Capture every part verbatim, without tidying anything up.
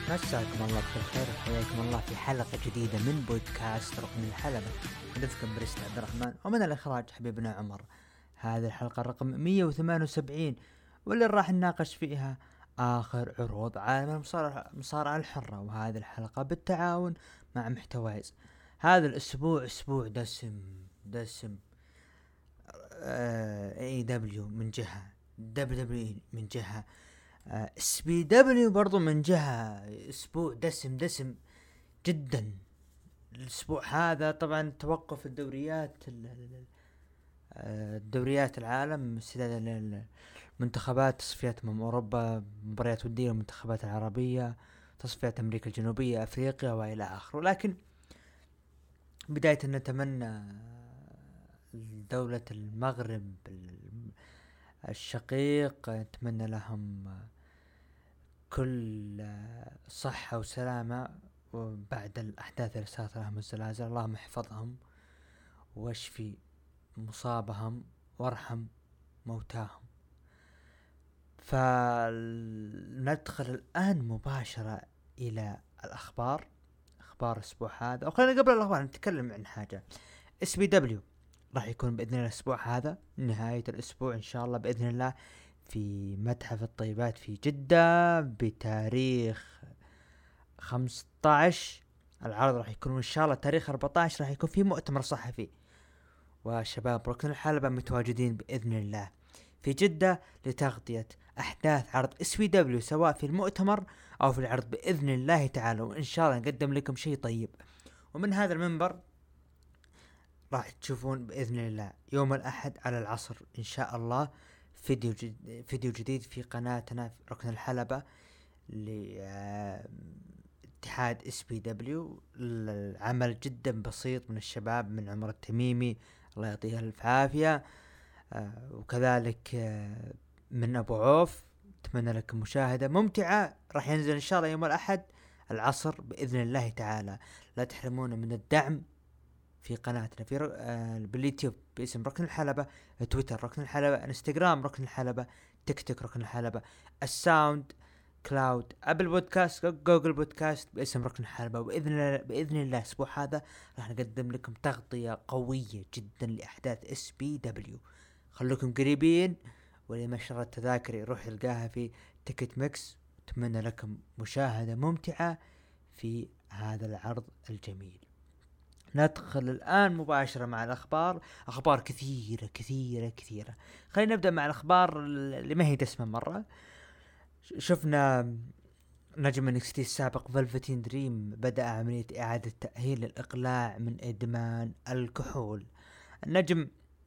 مساكم الله بكل خير وحياكم الله في حلقة جديدة من بودكاست رقم الحلبة. حدثكم بريست عبد الرحمن ومن الإخراج حبيبنا عمر. هذه الحلقة رقم مية وثمانية وسبعين واللي راح نناقش فيها آخر عروض عالم المصارعة المصارعة الحرة، وهذه الحلقة بالتعاون مع محتوايز. هذا الأسبوع أسبوع دسم دسم اي دبليو من جهة، دبليو دبليو من جهة، اس بي دبليو برضو من جهة. اسبوع دسم دسم جدا الاسبوع هذا. طبعا توقف الدوريات الدوريات العالم، استعداد المنتخبات، تصفيات امم اوروبا، مباريات ودية المنتخبات العربية، تصفيات امريكا الجنوبية، افريقيا والى اخره. لكن بداية نتمنى دولة المغرب الشقيق، نتمنى لهم كل صحة وسلامة وبعد الأحداث اللي صارت لهم الزلازل. اللهم احفظهم واشفي مصابهم وارحم موتاهم. فندخل الآن مباشرة إلى الأخبار، أخبار الأسبوع هذا. وخلينا قبل الأخبار نتكلم عن حاجة. اس بي دبليو راح يكون بإذن الله الأسبوع هذا نهاية الأسبوع إن شاء الله بإذن الله في متحف الطيبات في جدة بتاريخ خمسة عشر. العرض راح يكون إن شاء الله تاريخ أربعة عشر، راح يكون في مؤتمر صحفي، وشباب ركن الحلبة متواجدين بإذن الله في جدة لتغطية أحداث عرض اس بي دبليو سواء في المؤتمر أو في العرض بإذن الله تعالى. وإن شاء الله نقدم لكم شيء طيب. ومن هذا المنبر راح تشوفون بإذن الله يوم الأحد على العصر إن شاء الله فيديو جديد فيديو جديد في قناتنا في ركن الحلبة لاتحاد اس بي دبليو. العمل جدا بسيط من الشباب، من عمر التميمي الله يعطيه الف عافية، وكذلك من ابو عوف. اتمنى لكم مشاهدة ممتعة. راح ينزل ان شاء الله يوم الاحد العصر باذن الله تعالى. لا تحرمونا من الدعم في قناتنا في ر... آه باليوتيوب باسم ركن الحلبة، تويتر ركن الحلبة، انستغرام ركن الحلبة، تيك توك ركن الحلبة، الساوند كلاود، ابل بودكاست، جوجل بودكاست باسم ركن الحلبة. وباذن الله باذن الله الاسبوع هذا راح نقدم لكم تغطية قوية جدا لاحداث اس بي دبليو. خلوكم قريبين، واللي ما شرى التذاكر يروح يلقاها في تيكت ميكس. اتمنى لكم مشاهدة ممتعة في هذا العرض الجميل. ندخل الآن مباشرة مع الأخبار. أخبار كثيرة كثيرة كثيرة. خلينا نبدأ مع الأخبار اللي ما هي دسمة مرة. شفنا نجم انكستي السابق فالفتين دريم بدأ عملية إعادة تأهيل الإقلاع من إدمان الكحول. النجم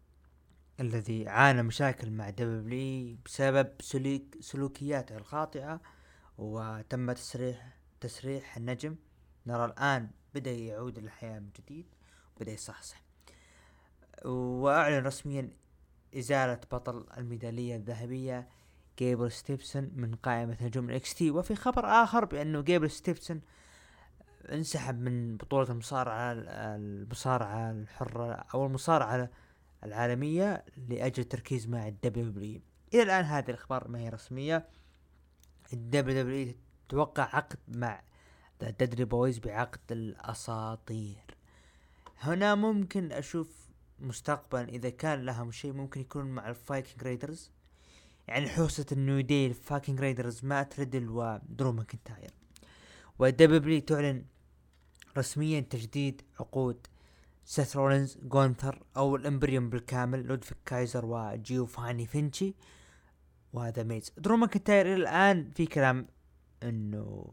الذي عانى مشاكل مع دبليو بسبب سلوك سلوكياته الخاطئة، وتم تسريح تسريح النجم. نرى الآن بدأ يعود للحياة من جديد، بدأ يصحصح، وأعلن رسميا إزالة بطل الميدالية الذهبية جابل ستيفسون من قائمة نجوم الاكس تي. وفي خبر آخر بأنه جابل ستيفسون انسحب من بطولة المصارعة المصارعة الحرة أو المصارعة العالمية لأجل التركيز مع الدبليو دبليو. إلى الآن هذه الأخبار ما هي رسمية. الدبليو دبليو توقع عقد مع دادلي بويز بعقد الأساطير. هنا ممكن أشوف مستقبلا إذا كان لهم شيء ممكن يكون مع الفايكنج رايدرز، يعني حوسة النيو دي الفايكنج رايدرز مع تريدل ودرو ماكنتاير. والدبليو تعلن رسميا تجديد عقود سيث رولينز، غونثر أو الإمبريوم بالكامل، لودفيك كايزر وجيوفاني فينشي وهذا ميز. درو ماكنتاير الآن في كلام إنه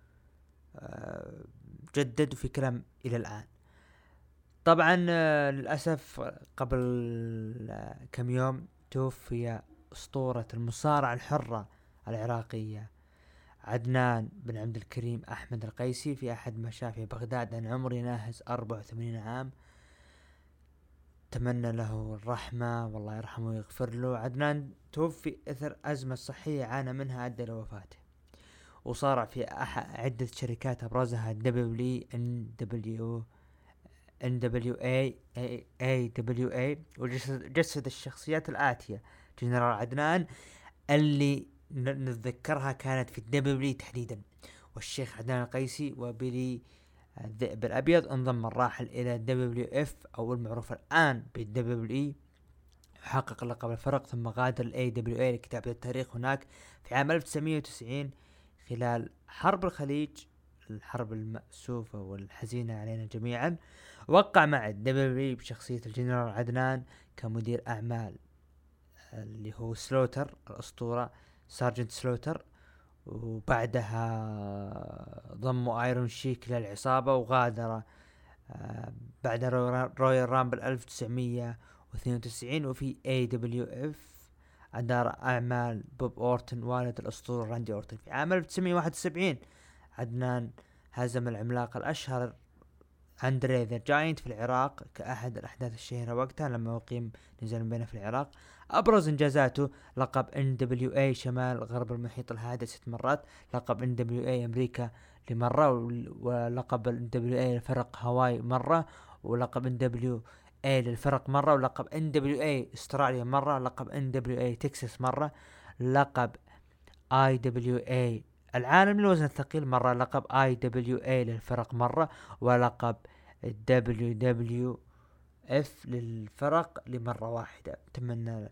جدد، وفي كلام إلى الآن. طبعا للأسف قبل كم يوم توفي أسطورة المصارعة الحرة العراقية عدنان بن عبد الكريم أحمد القيسي في أحد مشافي بغداد عن عمر يناهز أربعة وثمانين عام. تمنى له الرحمة والله يرحمه ويغفر له. عدنان توفي أثر أزمة صحية عانى منها أدى لوفاته، وصارع في عدة شركات أبرزها دبليو إن دبليو إن دبليو إيه إيه دبليو إيه. وجسد الشخصيات الآتية: جنرال عدنان اللي نتذكرها كانت في الدبليو تحديدا، والشيخ عدنان القيسي وبيلي الذئب الأبيض. انضم الراحل إلى دبليو اف أو المعروف الآن بالدبليو اي، حقق لقب الفرق ثم غادر الاي دبليو اي لكتابة التاريخ هناك في عام ألف وتسعمائة وتسعين خلال حرب الخليج، الحرب المأسوفة والحزينة علينا جميعا. وقع مع الدبليو اي بشخصية الجنرال عدنان كمدير أعمال اللي هو سلوتر الأسطورة، سارجنت سلوتر. وبعدها ضموا ايرون شيك للعصابة وغادر بعد رويال رامبل ألف وتسعمائة واثنين وتسعين. وفي اي دبليو اف أدار أعمال بوب أورتن والد الأسطورة راندي أورتن. في عام ألف وتسعمائة وواحد وسبعين عدنان هزم العملاق الأشهر أندري ذا جاينت في العراق كأحد الأحداث الشهيرة وقتها لما أقيم نزال بينه في العراق. أبرز إنجازاته لقب إن دبليو إيه شمال غرب المحيط الهادئ ست مرات، لقب إن دبليو إيه أمريكا لمرة، ولقب إن دبليو إيه لفرق هاواي مرة، ولقب إن دبليو إيه للفرق مرة، ولقب إن دبليو إيه استراليا مرة، لقب إن دبليو إيه تكساس مرة، لقب آي دبليو إيه العالم للوزن الثقيل مرة، لقب آي دبليو إيه للفرق مرة، ولقب دبليو دبليو اف للفرق لمرة واحدة. أتمنى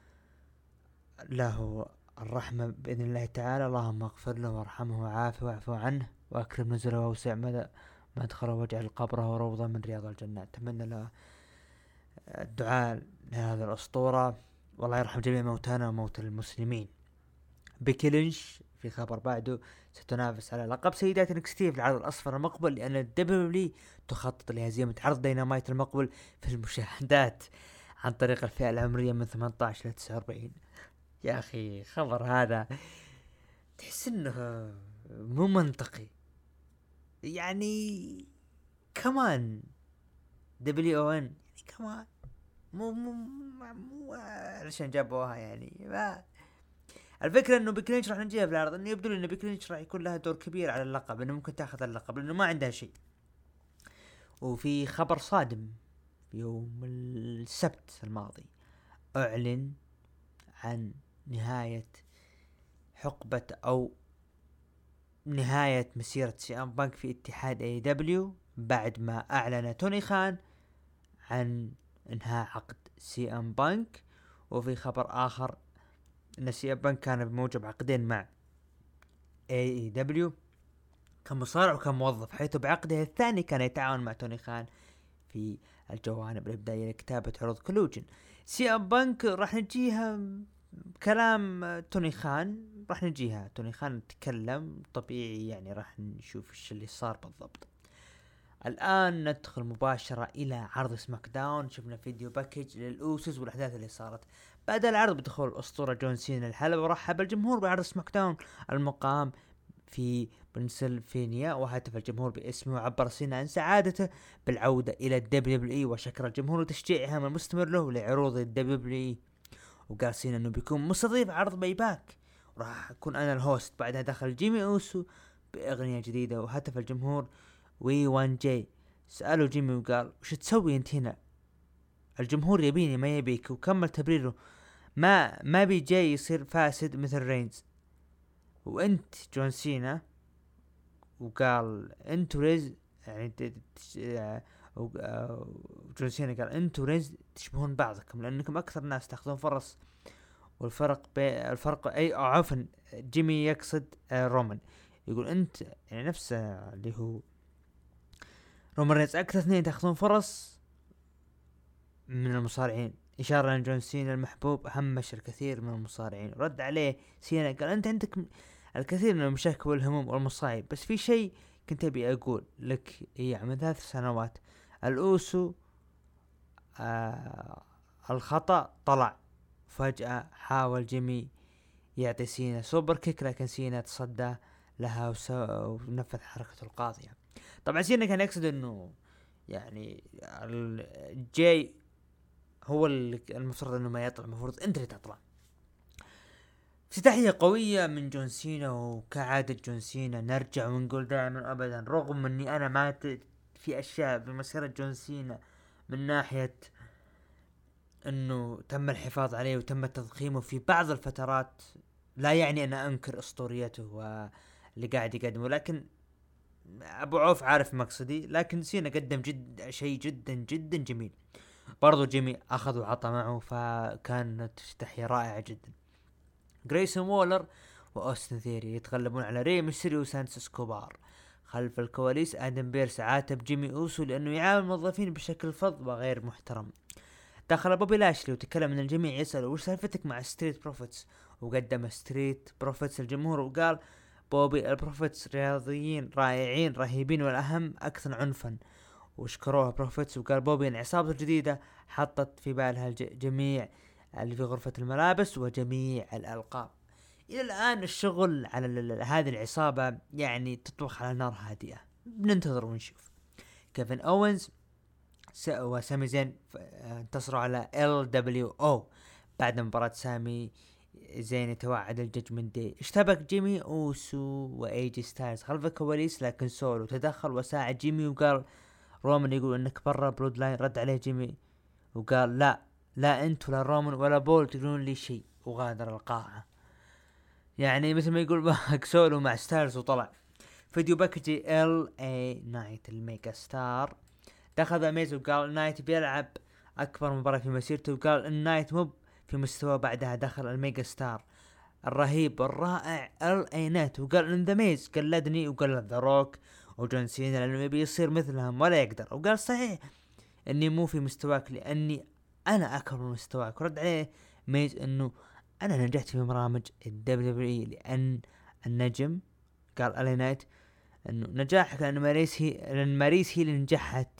له الرحمة بإذن الله تعالى. اللهم اغفر له وارحمه وعافه واعفو عنه وأكرم نزله ووسع مدى مدخله واجعل قبره روضة من رياض الجنة. أتمنى له الدعاء لهذا الأسطورة، والله يرحم جميع موتانا وموتى المسلمين. بيكي لينش في خبر بعده ستنافس على لقب سيدات انكستي في العرض الأصفر المقبل، لأن الدبليو تخطط لهزيمة عرض دينامايت المقبل في المشاهدات عن طريق الفئة العمرية من ثمانية عشر إلى تسعة وأربعين. يا أخي خبر هذا تحس إنه مو منطقي، يعني كمان دبليو او ان يعني كمان مو مو مو علشان جابوها يعني. ما الفكرة انه بيكلينش راح نجيها في العرض، انه يبدو لي انه بيكلينش راح يكون لها دور كبير على اللقب، انه ممكن تاخذ اللقب لانه ما عندها شيء. وفي خبر صادم يوم السبت الماضي اعلن عن نهاية حقبة او نهاية مسيرة سي ام بانك في اتحاد اي دبليو بعد ما اعلن توني خان عن انهاء عقد سي ام بانك. وفي خبر اخر ان سي ام بانك كان بموجب عقدين مع اي دبليو كمصارع وكموظف، حيث بعقده الثاني كان يتعاون مع توني خان في الجوانب الابداعيه لكتابه عروض كولوجن. سي ام بانك راح نجيها كلام توني خان، راح نجيها توني خان تكلم طبيعي، يعني راح نشوف ايش اللي صار بالضبط. الان ندخل مباشرة الى عرض سماك داون. شفنا فيديو باكج للأوسوس والاحداث اللي صارت بعد العرض بدخول الاسطورة جون سينا الحلبة، ورحب الجمهور بعرض سماك داون المقام في بنسلفانيا، وهتف الجمهور باسمه وعبر سينا عن سعادته بالعودة الى الدبليو دبليو اي وشكر الجمهور وتشجيعهم المستمر له لعروض الدبليو دبليو اي. وقال سينا انه بيكون مستضيف عرض بايباك وراح اكون انا الهوست. بعدها دخل جيمي اوسو باغنية جديدة وهتف الجمهور وي وان جي. سأله جيمي وقال وش تسوي انت هنا؟ الجمهور يبيني ما يبيك. وكمل تبريره ما ما بي جاي يصير فاسد مثل رينز وانت جون سينا. وقال انت ريز يعني جون سينا قال انتو ريز تشبهون بعضكم لانكم اكثر ناس تاخذون فرص، والفرق بين الفرق اي عفوا جيمي يقصد رومان، يقول انت يعني نفس اللي هو رومان ريز اكثر اثنين تاخذون فرص من المصارعين، اشاره لجون سينا المحبوب همش الكثير من المصارعين. رد عليه سينا قال انت عندك الكثير من المشاكل والهموم والمصايب، بس في شيء كنت ابي اقول لك اياه. من ثلاث سنوات الأوسو آه الخطأ طلع فجأة، حاول جيمي يعطي سينا سوبر كيك لكن سينا تصدى لها ونفذ حركة القاضية. طبعا سينا كان يقصد انه يعني الجاي هو المفروض انه ما يطلع، المفروض انت اللي تطلع. افتتاحية قوية من جون سينا، وكعادة جون سينا نرجع ونقول دائما ابدا رغم اني انا ما في اشياء بمسيرة جون سينا من ناحية انه تم الحفاظ عليه وتم تضخيمه في بعض الفترات لا يعني انا انكر اسطوريته اللي قاعد يقدمه، لكن ابو عوف عارف مقصدي. لكن سينا قدم جد شيء جدا جدا جميل. برضو جيمي اخذ وعطى معه، فكانت تحية رائعة جدا. جريسون وولر واوستن ثيري يتغلبون على ري ميستيريو وسانس كوبار. خلف الكواليس ادم بيرس عاتب جيمي اوسو لانه يعامل الموظفين بشكل فظ وغير محترم. دخل بوبي لاشلي وتكلم ان الجميع يسأل وش سالفتك مع ستريت بروفيتس، وقدم ستريت بروفيتس الجمهور وقال بوبي البروفيتس رياضيين رائعين رهيبين والاهم اكثر عنفا، وشكروها بروفيتس. وقال بوبي ان عصابته الجديدة حطت في بالها الجميع اللي في غرفة الملابس وجميع الالقاب. الى الان الشغل على هذه العصابة يعني تطبخ على نار هادئة، بننتظر ونشوف. كيفن اوينز وسامي زين انتصروا على إل دبليو أو بعد مباراة سامي زين يتوعد الججمنت دي. اشتبك جيمي اوسو وايجي ستايلز خلف الكواليس، لكن سولو تدخل وساعد جيمي وقال رومان يقول انك برا بلود لاين. رد عليه جيمي وقال لا لا انت ولا رومان ولا بول تقولون لي شيء، وغادر القاعة. يعني مثل ما يقول سولو مع ستايلز وطلع. فيديو باكجي ال اي نايت الميجا ستار دخل اميز وقال نايت بيلعب اكبر مباراة في مسيرته، وقال ان نايت مو في مستوى. بعدها دخل الميجا ستار الرهيب الرائع ال اي نايت وقال ان ذا ميز قلدني وقلد ذا روك وجون سينا لانه يبي يصير مثلهم ولا يقدر. وقال صحيح اني مو في مستواك لاني انا اكبر من مستواك. ورد عليه ميز انه انا نجحت في برامج الدبليو دبليو اي لان النجم. قال ال اي نايت انه نجاحك لان ماريس هي لان ماريس هي اللي نجحت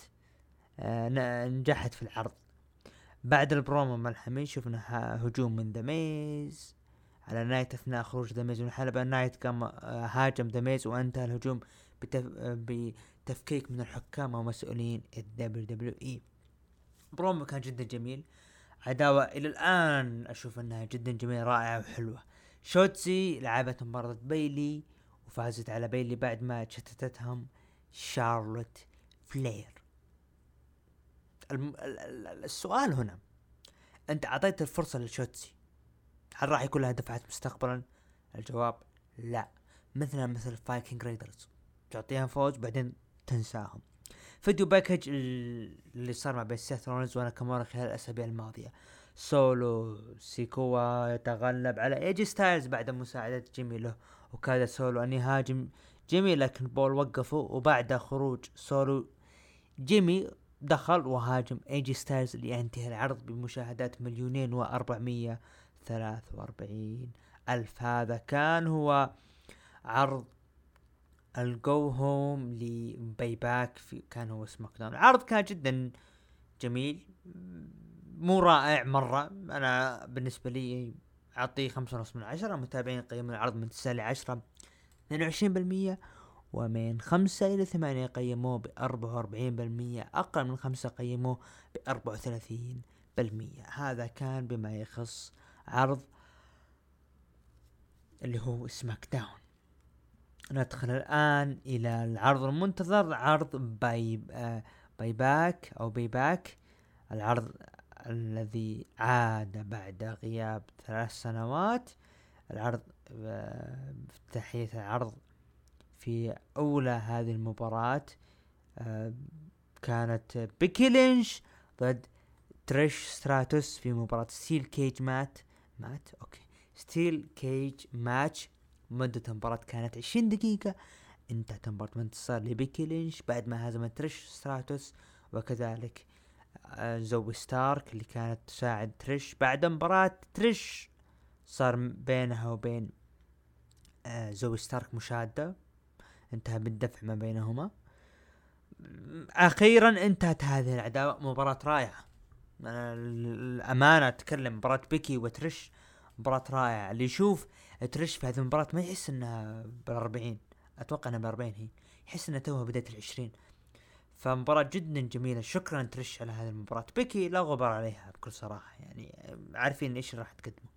آه نجحت في العرض. بعد البرومو ملحمي شفنا هجوم من ذا ميز على نايت اثناء خروج ذا ميز من الحلبة. نايت قام آه هاجم ذا ميز وانتهى الهجوم بتف... آه بتفكيك من الحكام ومسؤولين الدبليو دبليو اي. برومو كان جدا جميل، عداوة الى الان اشوف انها جدا جميلة رائعة وحلوة. شوتسي لعبت مباراة بيلي وفازت على بيلي بعد ما شتتتهم شارلوت فلير. الم... السؤال هنا، انت اعطيت الفرصة لشوتسي، هل راح يكون لها دفعات مستقبلا؟ الجواب لا، مثلا مثل فايكنج ريدرز تعطيها فوز بعدين تنساهم. فيديو باكج اللي صار مع بين سيث رولينز وانا كامورا خلال الاسابيع الماضية. سولو سيكوا يتغلب على ايجي ستايلز بعد مساعدة جيمي له، وكاد سولو ان يهاجم جيمي لكن بول وقفه. وبعد خروج سولو جيمي دخل وهاجم ايجي ستايلز لينتهي العرض بمشاهدات مليونين واربعمية ثلاثة واربعين الف. هذا كان هو عرض الجو هوم لباي باك في كان هو سماك داون. العرض كان جدا جميل، مو رائع مرة. انا بالنسبة لي اعطيه خمسة ونص من عشرة. متابعين قيموا العرض من تسعة لعشرة اثنين وعشرين بالمية، ومن خمسة إلى ثمانية قيموه بأربعة وأربعين بالمية، أقل من خمسة قيموه بأربعة وثلاثين بالمية. هذا كان بما يخص عرض اللي هو سماك داون. ندخل الآن إلى العرض المنتظر، عرض باي, آه باي باك أو باي باك، العرض الذي عاد بعد غياب ثلاث سنوات. العرض آه تحية العرض في أولى هذه المباراة آه كانت بيكي لينش ضد تريش ستراتوس في مباراة ستيل كيج مات مات أوكي ستيل كيج ماتش. مدة المباراة كانت عشرين دقيقة. انتهت المباراة بانتصار لبيكي لينش بعد ما هزمت تريش ستراتوس، وكذلك آه زوي ستارك اللي كانت تساعد تريش. بعد مباراة تريش صار بينها وبين آه زوي ستارك مشادة، انتهى بالدفع ما بينهما. اخيرا انتهت هذه العداوة. مباراة رائعة، الامانة اتكلم. مباراة بيكي وتريش مباراة رائعة. اللي يشوف تريش في هذه المباراة ما يحس انها بالاربعين، اتوقع انها بالاربعين، هي يحس انها توها بداية العشرين. فمباراة جدا جميلة. شكرا تريش على هذه المباراة. بيكي لا غبار عليها بكل صراحة، يعني عارفين ايش راح تقدمه.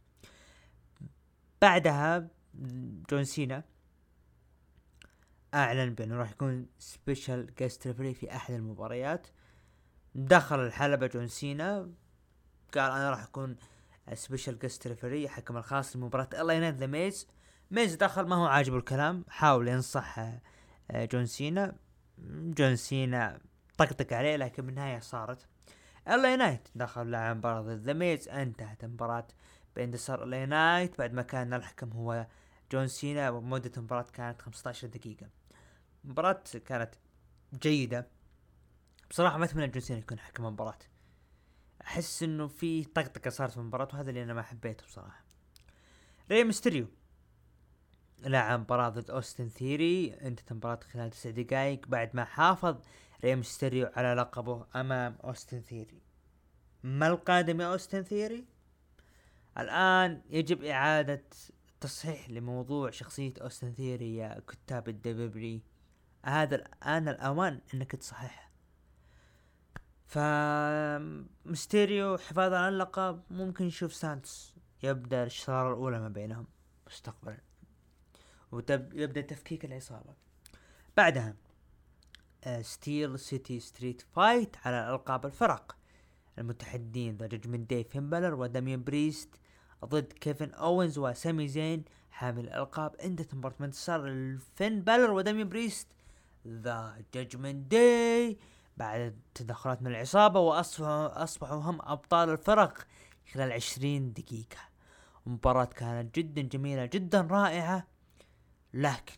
بعدها جون سينا اعلن بانه راح يكون سبيشال جيست ريفري في احد المباريات. دخل الحلبة جون سينا قال انا راح اكون سبيشال جيست ريفري، حكم الخاص لمباراة الله يناد ذا ميز. ميز دخل ما هو عاجبه الكلام، حاول ينصح جون سينا، جون سينا طقطق عليه، لكن بالنهاية صارت ال نايت دخل لعب مباراة ضد ذا ميز. انتهت المباراة بانتصار ال نايت بعد ما كان الحكم هو جون سينا، ومدة المباراة كانت خمسة عشر دقيقة. مباراة كانت جيدة بصراحة، ما اتمنى جون سينا يكون حكم المباراة، احس انه في طقطقة صارت في المباراة، وهذا اللي انا ما حبيته بصراحة. ري ميستيريو لعب مباراة ضد اوستن ثيري، انتهت المباراة خلال تسع دقائق بعد ما حافظ ري ميستيريو على لقبه امام اوستن ثيري. ما القادم يا اوستن ثيري؟ الان يجب اعادة تصحيح لموضوع شخصية اوستن ثيري يا كتاب الدبليو. هذا الان الاوان انك تصححها. فميستيريو حفاظا على اللقب، ممكن نشوف سانتوس يبدأ الشرارة الاولى ما بينهم مستقبلا، ويبدأ تفكيك العصابة. بعدها ستيل سيتي ستريت فايت على الألقاب الفرق. المتحدين ذا جاجمنت داي فين بالر وداميان بريست ضد كيفن أوينز وسامي زين حامل الألقاب. انتهت مباراة انتصار الفين بالر وداميان بريست ذا جاجمنت داي بعد تدخلات من العصابة، وأصبحوا أصبحوا هم أبطال الفرق خلال عشرين دقيقة. مباراة كانت جدا جميلة جدا رائعة، لكن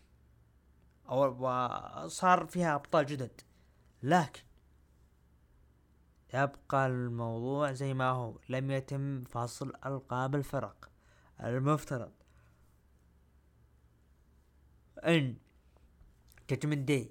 أو صار فيها أبطال جدد، لكن يبقى الموضوع زي ما هو، لم يتم فصل ألقاب الفرق. المفترض أن جاجمنت داي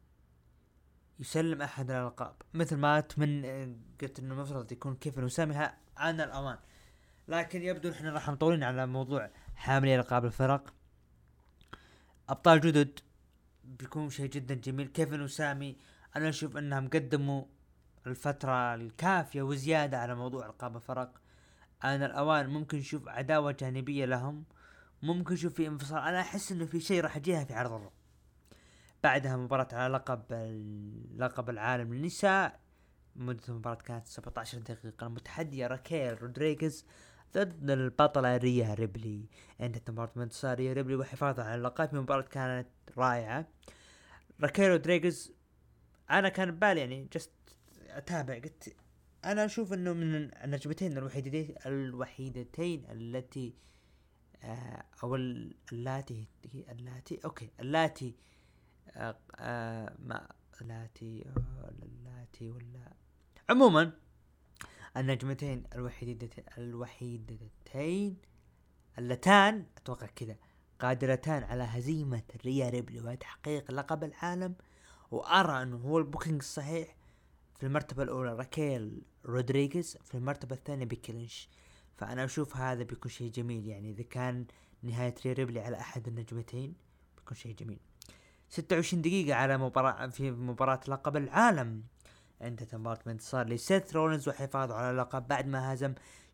يسلم أحد الألقاب، مثل ما أتمنى قلت إنه المفترض يكون كيفن وسامي عن الأمان، لكن يبدو إحنا راح نطولين على موضوع حاملي ألقاب الفرق. أبطال جدد بيكون شيء جدا جميل. كيفن وسامي أنا أشوف أنهم قدموا الفترة الكافية وزيادة على موضوع ألقاب الفرق. أنا الأوان ممكن نشوف عداوة جانبية لهم، ممكن نشوف في انفصال. أنا أحس إنه في شيء راح يجيها في عرض الرو. بعدها مباراة على لقب لقب العالم للنساء، مدة المباراة كانت سبعة عشر دقيقة. المتحدية راكيل رودريغيز ضد البطلة ريا ريبلي. انتهت مباراة بانتصار ريا ريبلي وحفاظها على اللقب. المباراة كانت رائعة. راكيل رودريغيز انا كان بالي يعني جست اتابع، قلت انا اشوف انه من النجمتين الوحيدتين الوحيدتين التي آه او اللاتي اللاتي اوكي اللاتي آه آه ما اللاتي اللاتي ولا عموما النجمتين الوحيدتين الوحيدتين اللتان اتوقع كذا قادرتان على هزيمة ريا ريبلي وتحقيق لقب العالم. وارى انه هو البوكينج الصحيح. في المرتبة الاولى راكيل رودريغيز، في المرتبة الثانية بيكي لينش. فانا اشوف هذا بيكون شيء جميل، يعني اذا كان نهاية ريا ريبلي على احد النجمتين بيكون شيء جميل. ستة وعشرين دقيقة على مباراة في مباراة لقب العالم. انتهت مباراة بانتصار لسيث رولينز وحفاظه على اللقب بعد ما هزم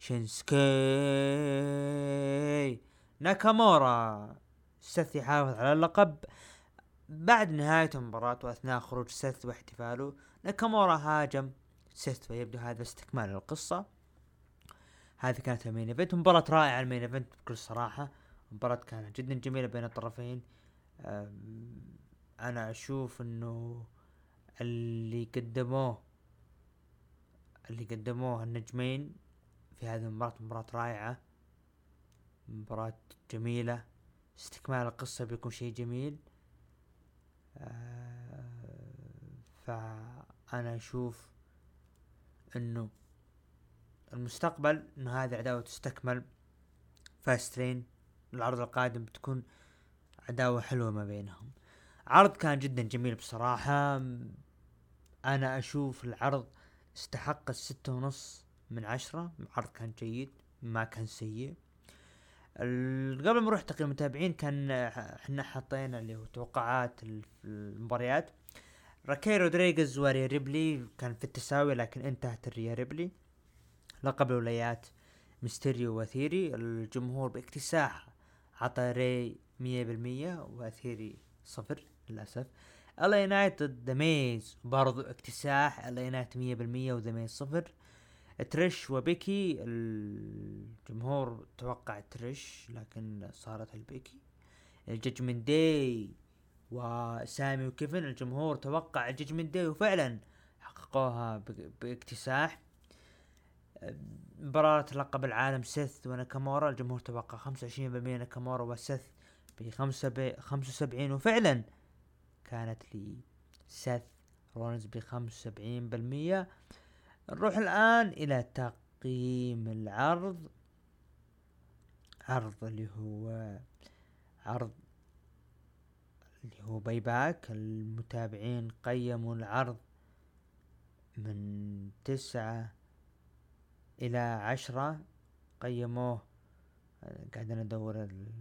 شينسكي ناكامورا. سيث يحافظ على اللقب بعد نهاية المباراة واثناء خروج سيث واحتفاله. ناكامورا هاجم سيث، ويبدو هذا استكمال القصة. هذه كانت المين ايفنت، مباراة رائعة. المين ايفنت بكل صراحة مباراة كانت جدا جميلة بين الطرفين. انا اشوف انه اللي قدموه اللي قدموه النجمين في هذه المباراة مباراة رائعة، مباراة جميلة. استكمال القصة بيكون شيء جميل. آه فأنا أشوف أنه المستقبل أنه هذه عداوة تستكمل. فاسترين العرض القادم بتكون عداوة حلوة ما بينهم. عرض كان جدا جميل بصراحة. أنا أشوف العرض استحق الستة ونص من عشرة. العرض كان جيد ما كان سيء. قبل ما نروح تقييم المتابعين كان احنا حطينا اللي هو توقعات المباريات. راكيل رودريغيز وريا ريبلي كان في التساوي، لكن انتهت ريا ريبلي. لقب الولايات ميستيريو وثيري. الجمهور باكتساح عطى ري مية بالمية وثيري صفر للأسف. الا نايت ضد ميز برضو اكتساح. الا نايت مية بالمية وذا ميز صفر. تريش وبيكي الجمهور توقع تريش لكن صارت البيكي. الججمنت داي وسامي وكيفن. الجمهور توقع الججمنت داي وفعلا حققوها باكتساح. مباراة لقب العالم سيث وناكامورا، الجمهور توقع خمسة وعشرين بالمية ناكامورا وسيث بخمسة وسبعين، وفعلا كانت لي سيث رولينز بخمسة وسبعين بالمية. نروح الآن إلى تقييم العرض. عرض اللي هو عرض اللي هو باي باك. المتابعين قيموا العرض من تسعة إلى عشرة، قيموه. قاعد ندور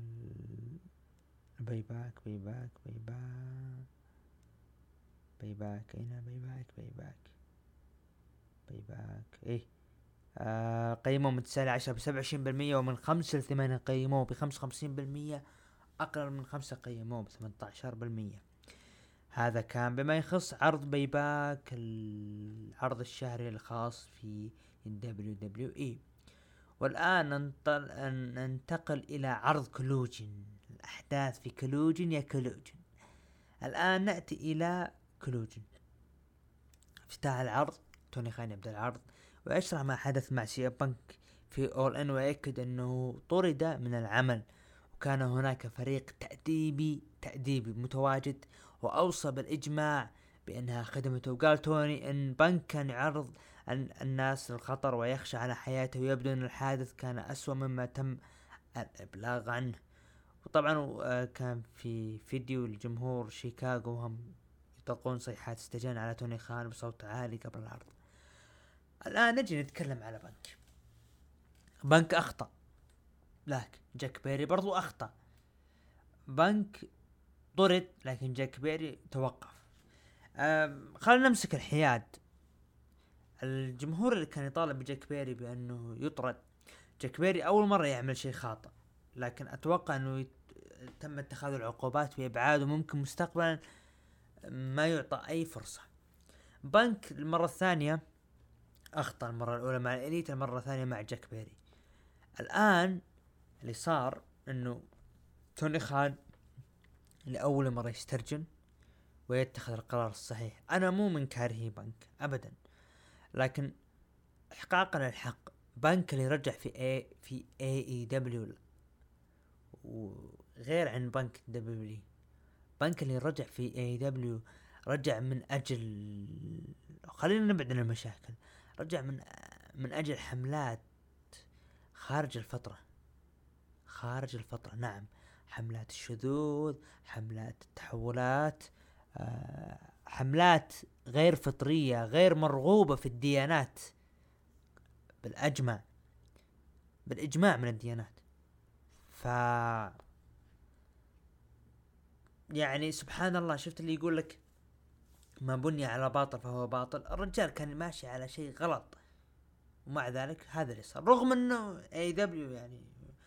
الباي باك باي باك باي باك باي باك هنا باي باك باي باك باي باك ايه آه قيموه من تسعة إلى عشرة بسبعة وعشرين بالمية، ومن خمسة لثمانية قيموه بخمسة وخمسين بالمية، أقل من خمسة قيموه بثمانية عشر بالمية. هذا كان بما يخص عرض باي باك، العرض الشهري الخاص في الدبليو دبليو اي. والآن ننتقل إلى عرض كولوجن، الأحداث في كولوجن يا كولوجن. الآن نأتي إلى كولوجن. افتتاح العرض، توني خان يبدأ العرض ويشرح ما حدث مع سي بانك في أول إن، ويأكد أنه طرد من العمل، وكان هناك فريق تأديبي تأديبي متواجد، وأوصى بالإجماع بأنها خدمته. وقال توني أن بانك كان يعرض الناس للخطر ويخشى على حياته، ويبدو أن الحادث كان أسوأ مما تم الإبلاغ عنه. وطبعا كان في فيديو الجمهور شيكاغو وهم يطلقون صيحات استجان على توني خان بصوت عالي قبل العرض. الآن نجي نتكلم على بانك. بانك أخطأ، لكن جاك بيري برضو أخطأ. بانك طرد لكن جاك بيري توقف. خلينا نمسك الحياد. الجمهور اللي كان يطالب بجاك بيري بأنه يطرد، جاك بيري أول مرة يعمل شيء خاطئ، لكن أتوقع أنه يت... تم اتخاذ العقوبات بإبعاده، ممكن مستقبلا ما يعطى أي فرصة. بانك المرة الثانية أخطأ، المرة الأولى مع الإليت، المرة الثانية مع جاك بيري. الآن اللي صار أنه توني خان لأول مرة يسترجن ويتخذ القرار الصحيح. أنا مو من كارهي بانك أبدا، لكن إحقاقا للحق بانك اللي رجع في اي في اي اي دبليو وغير عن بانك دبليو. بانك اللي رجع في اي دبليو رجع من أجل، خلينا نبعد عن المشاكل، رجع من من أجل حملات خارج الفترة خارج الفترة نعم، حملات الشذوذ، حملات التحولات، آه، حملات غير فطرية غير مرغوبة في الديانات بالأجمع بالإجماع من الديانات. ف يعني سبحان الله، شفت اللي يقول لك ما بني على باطل فهو باطل. الرجال كان ماشي على شيء غلط، ومع ذلك هذا اللي صار، رغم انه اي دبليو يعني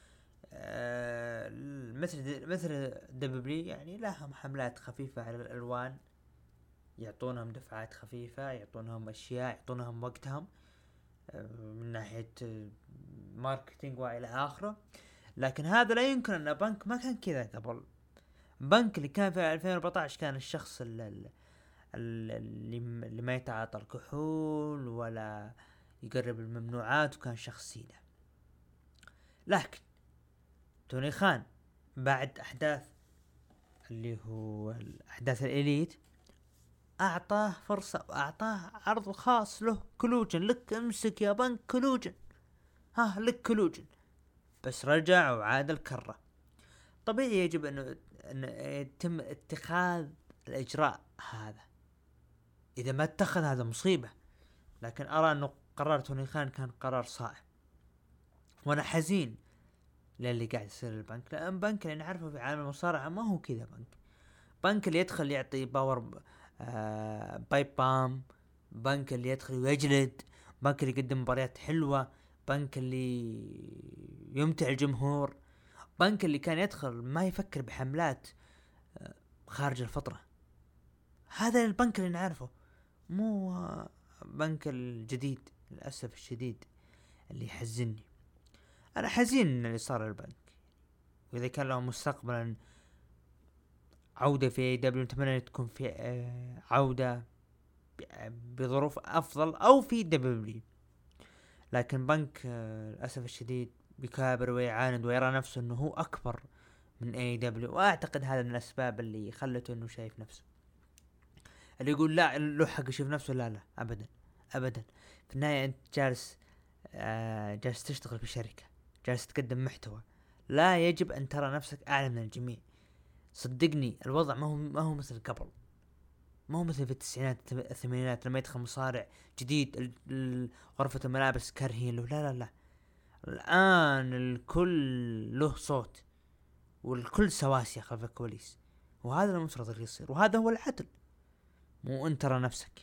آه مثل مثل دبليو يعني لهم حملات خفيفة على الألوان، يعطونهم دفعات خفيفة، يعطونهم أشياء، يعطونهم وقتهم آه من ناحية ماركتينج وإلى آخره. لكن هذا لا يمكن أن بنك ما كان كذا قبل. بنك اللي كان في ألفين وأربعة عشر كان الشخص اللي, اللي ما يتعاطى الكحول ولا يقرب الممنوعات، وكان شخص سيدة. لكن توني خان بعد أحداث اللي هو أحداث الإليت أعطاه فرصة وأعطاه عرض خاص له، كولوجن لك، امسك يا بنك كولوجن، ها لك كولوجن. بس رجع وعاد الكرة. طبيعي يجب أنه أن يتم اتخاذ الإجراء هذا، إذا ما اتخذ هذا مصيبة. لكن أرى أنه قرار توني خان كان قرار صائب، وأنا حزين للي قاعد يصير البنك، لأن بنك اللي نعرفه في عالم المصارعة ما هو كذا. بنك بنك اللي يدخل يعطي باور آه بايب بام، بنك اللي يدخل ويجلد، بنك اللي يقدم مباريات حلوة، بنك اللي يمتع الجمهور، بنك اللي كان يدخل ما يفكر بحملات آه خارج الفترة. هذا البنك اللي نعرفه، مو آه بنك الجديد للأسف الشديد اللي يحزنني. أنا حزين اللي صار البنك، وإذا كان له مستقبلا عودة في اي دبليو، نتمنى تكون في آه عودة بظروف افضل او في دبليو. لكن بنك آه للاسف الشديد بيكابر ويعاند ويرى نفسه انه هو اكبر من اي دبليو، واعتقد هذا من الاسباب اللي خلته انه شايف نفسه، اللي يقول لا له حق يشوف نفسه. لا لا ابدا ابدا، في النهاية انت جالس آه جالس تشتغل في شركة، جالس تقدم محتوى، لا يجب ان ترى نفسك اعلى من الجميع. صدقني الوضع ما هو ما هو مثل قبل، ما هو مثل في التسعينات الثمانينات لما يدخل مصارع جديد غرفة الملابس كارهين له. لا لا لا، الآن الكل له صوت والكل سواسية خلف الكواليس، وهذا المفترض اللي يصير، وهذا هو العدل، مو انت ترى نفسك.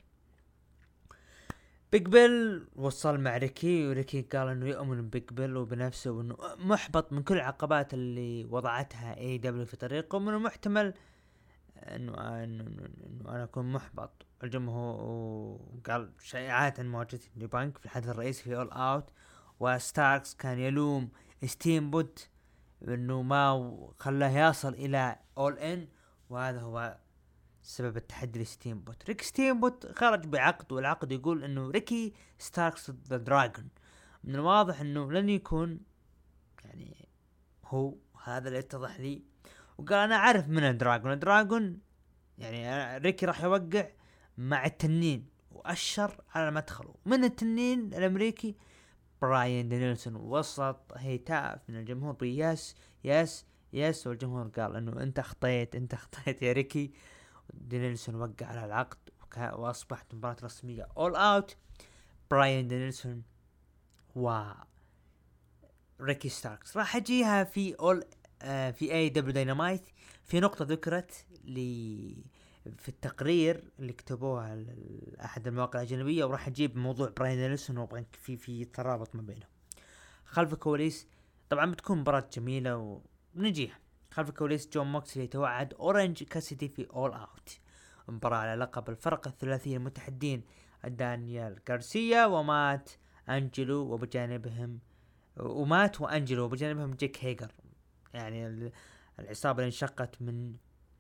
بيج بيل وصل مع ريكي، وريكي قال انه يؤمن بيج بيل وبنفسه، وانه محبط من كل العقبات اللي وضعتها اي دبليو في طريقه، ومن المحتمل انه انه انه انا اكون محبط. الجمهور وقال شائعات عن مواجهة بانك في الحدث الرئيسي في اول اوت، وستاركس كان يلوم ستيم بوت انه ما خلاه يصل الى اول ان، وهذا هو سبب التحدي لستيم بوت. ريك ستيم بوت خرج بعقد، والعقد يقول انه ريكي ستاركس ذا دراجون. من الواضح انه لن يكون يعني هو، هذا اللي اتضح لي. وقال انا عارف من الدراجون، الدراجون يعني ريكي راح يوقع مع التنين، واشر على مدخله من التنين الامريكي براين دانيلسون. وسط هيتاف من الجمهور بياس ياس ياس، والجمهور قال انه انت اخطيت انت اخطيت يا ريكي. دانيلسون وقع على العقد، واصبحت مباراة رسمية اول اوت براين دانيلسون و ريكي ستاركس. راح اجيها في اول آه في اي دبليو داينامايت. في نقطة ذكرت لي في التقرير اللي كتبوها احد المواقع الاجنبية، وراح اجيب موضوع براين دانيلسون وبنك في في ترابط ما بينهم. خلف الكواليس طبعا بتكون مباراة جميلة ونجيها. خلف الكواليس جون موكسلي يتوعد اورنج كاسيدي في اول اوت، مباراة على لقب الفرق الثلاثية المتحدين دانيال غارسيا ومات انجلو، وبجانبهم ومات وانجلو وبجانبهم جيك هيجر. يعني العصابة اللي انشقت من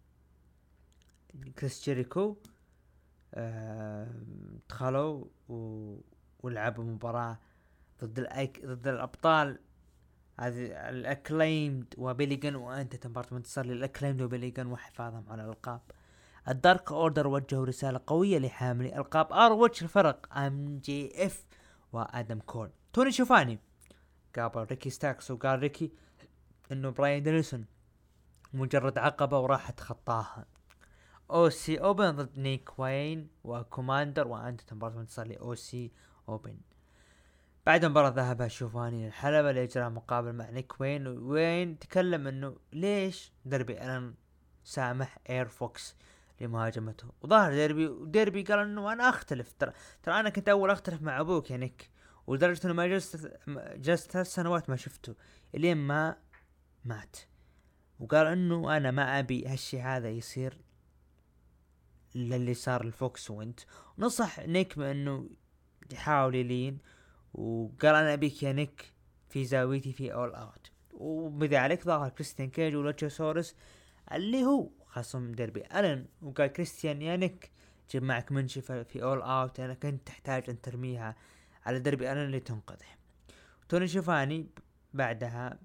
كريس جيريكو آه دخلوا و... ولعبوا مباراة ضد الأيك... ضد الابطال هذه الاكليمد وبيليغان، وانت تمبارت منتصر للاكليمد وبيليغان وحفاظهم على الالقاب. الدارك اوردر وجهوا رسالة قوية لحاملي القاب ار واتش الفرق ام جي اف وادم كول. توني شوفاني قابل ريكي ستاكس، وقال ريكي انه براين دانيلسون مجرد عقبة وراح تخطاها. او سي اوبن ضد نيك وين وكوماندر، وانت تمبارت منتصر لاو سي اوبن. بعد المباراة ذهب شوفاني للحلبة لإجراء مقابل مع نيك وين، وين تكلم انه ليش ديربي ألن سامح اير فوكس لمهاجمته. وظهر ديربي وديربي قال انه انا اختلف، ترى ترى انا كنت اول اختلف مع ابوك يا نيك، ولدرجة انه ما جلست جلست ثلاث سنوات ما شفته الين ما مات. وقال انه انا ما ابي هالشي هذا يصير للي صار الفوكس وانت. ونصح نيك بانه يحاول يلين، وقال انا ابيك يا نيك في زاويتي في اول اوت. وبذلك ظهر كريستيان كيج ولوتشوسورس اللي هو خصم ديربي ألن، وقال كريستيان يا نيك جيب معك منشفة في اول اوت، انا كنت تحتاج ان ترميها على ديربي ألن اللي تنقذه. توني شوفاني بعدها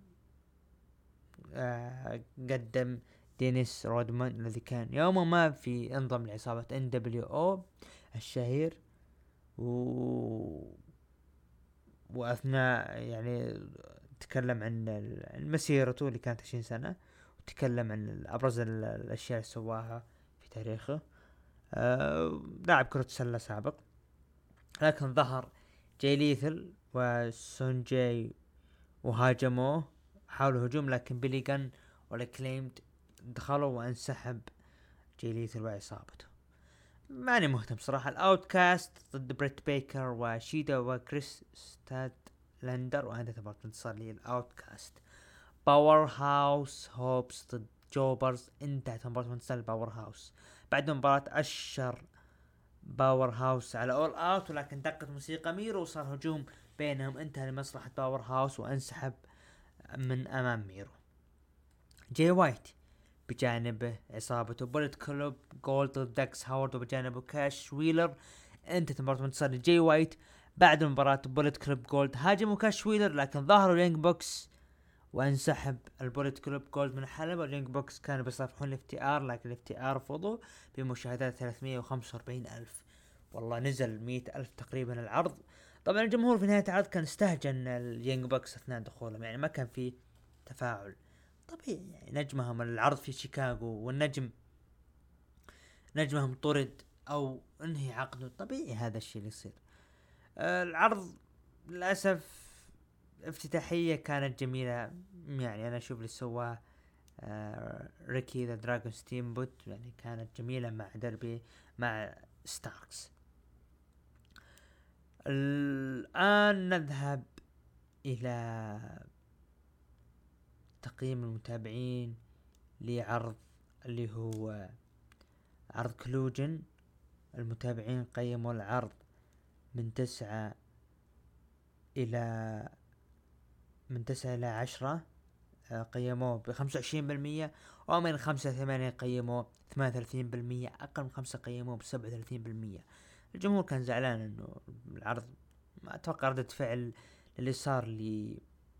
آه قدم دينيس رودمان الذي كان يوما ما في انضم لعصابة ان دبليو او الشهير، و واثناء يعني تكلم عن مسيرته اللي كانت عشرين سنة، وتكلم عن ابرز الاشياء اللي سواها في تاريخه. أه لاعب كرة سلة سابق، لكن ظهر جاي ليثل وسونجاي وهاجموه، حاولوا هجوم، لكن بيليغان والكليمد دخلوا وانسحب جاي ليثل وعصابته. ماني مهتم صراحة. الاوتكاست ضد بريت بيكر وشيدا وكريس ستاد لندر، وانت تبغى تنتصر لي الاوتكاست. باور هاوس هوبس ضد جوبرز، انت تبغى تنتصر الباور هاوس. بعد مباراة اشر باور هاوس على اول اوت، ولكن دقت موسيقى ميرو وصار هجوم بينهم، انتهى لمصلحة باور هاوس وانسحب من امام ميرو. جاي وايت بجانبه عصابته بوليت كلوب جولد ضد داكس هاورد، وبجانبه كاش ويلر. انتهت مباراة انتصار جاي وايت. بعد المباراة بوليت كلوب جولد هاجموا كاش ويلر، لكن ظهروا اليانج بوكس وانسحب البوليت كلوب جولد من الحلبة. واليانج بوكس كانوا بيصافحون الاف تي ار، لكن الاف تي ار رفضوا بمشاهدات ثلاثمية وخمسة وأربعين ألف. والله نزل مئة ألف تقريبا العرض. طبعا الجمهور في نهاية العرض كان استهجن اليانج بوكس اثناء دخولهم، يعني ما كان في تفاعل طبيعي، يعني نجمهم العرض في شيكاغو والنجم نجمهم طرد او انهي عقده، طبيعي هذا الشيء اللي يصير. آه العرض للاسف افتتاحية كانت جميلة، يعني انا اشوف اللي سواه آه ريكي ذا دراجون ستيم بوت، يعني كانت جميلة مع دربي مع ستاركس. الان نذهب الى تقييم المتابعين لعرض اللي هو عرض كلوجن. المتابعين قيموا العرض من تسعة الى من تسعة الى عشرة، قيموه بخمسة وعشرين بالمية، ومن خمسة ثمانية قيموه ثمانية وثلاثين بالمية، اقل من خمسة قيموه بسبعة وثلاثين بالمية. الجمهور كان زعلان انه العرض ما اتوقع ردة فعل اللي صار لي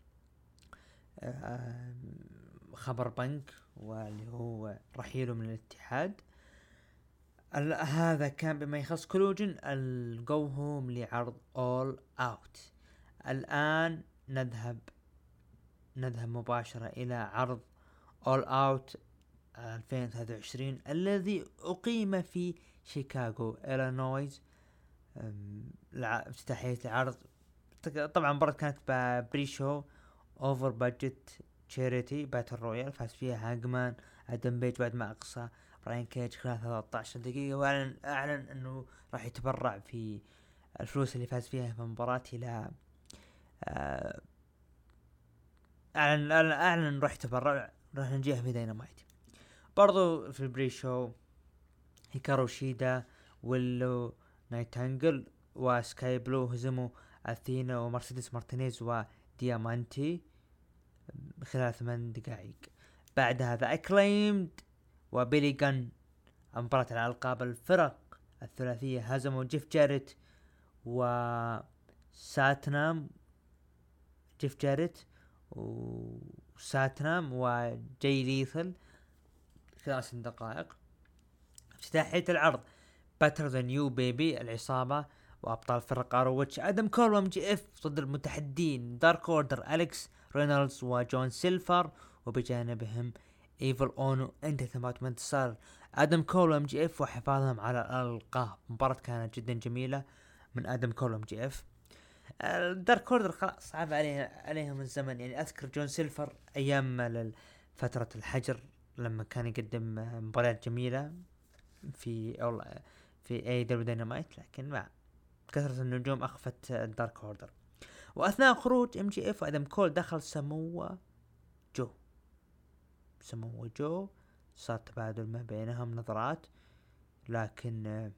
خبر بنك واللي هو رحيله من الاتحاد. هذا كان بما يخص كلوجن. القوهم لعرض اول اوت. الان نذهب نذهب مباشرة الى عرض اول اوت ألفين وثلاثة وعشرين الذي اقيم في شيكاغو إلينويز. افتتاحية العرض طبعا مباراة كانت بري شو اوفر بادجت تشاريتي باتل رويال، فاز فيها هاجمان ادم بيج بعد ما اقصى براين كيج خلال ثلاثة عشر دقيقة، واعلن اعلن انه راح يتبرع في الفلوس اللي فاز فيها في المباراة الى اعلن اعلن, أعلن راح يتبرع راح نجيها في داينامايت. برضو في البري شو هيكارو شيدا واللو نايتانجل وسكاي بلو هزموا اثينا ومرسيدس مارتينيز وديامانتي خلال ثمان دقائق. بعد هذا اكليمد وبيلي جان مباراة على القاب الفرق الثلاثية هزموا جيف جاريت وساتنام جيف جاريت وساتنام وجاي ليثل ثلاث دقائق. افتتاحية العرض باتر ذا نيو بيبي العصابة وابطال فرق اروتش ادم كول وام جي اف ضد المتحدين دارك اوردر اليكس رينولدز وجون سيلفر، وبجانبهم ايفل اونو. انتهت مباراة انتصار ادم كول وام جي اف وحفاظهم على الالقاب. مباراة كانت جدا جميلة من ادم كول وام جي اف. دارك اوردر خلاص صعب عليه عليهم الزمن، يعني اذكر جون سيلفر ايام فترة الحجر لما كان يقدم مباريات جميلة في أول في اي دبليو داينامايت، لكن مع كثرة النجوم اخفت الدارك اوردر. واثناء خروج ام جي اف وادم كول دخل سموا جو سموا جو صار تبادل ما بينهم نظرات، لكن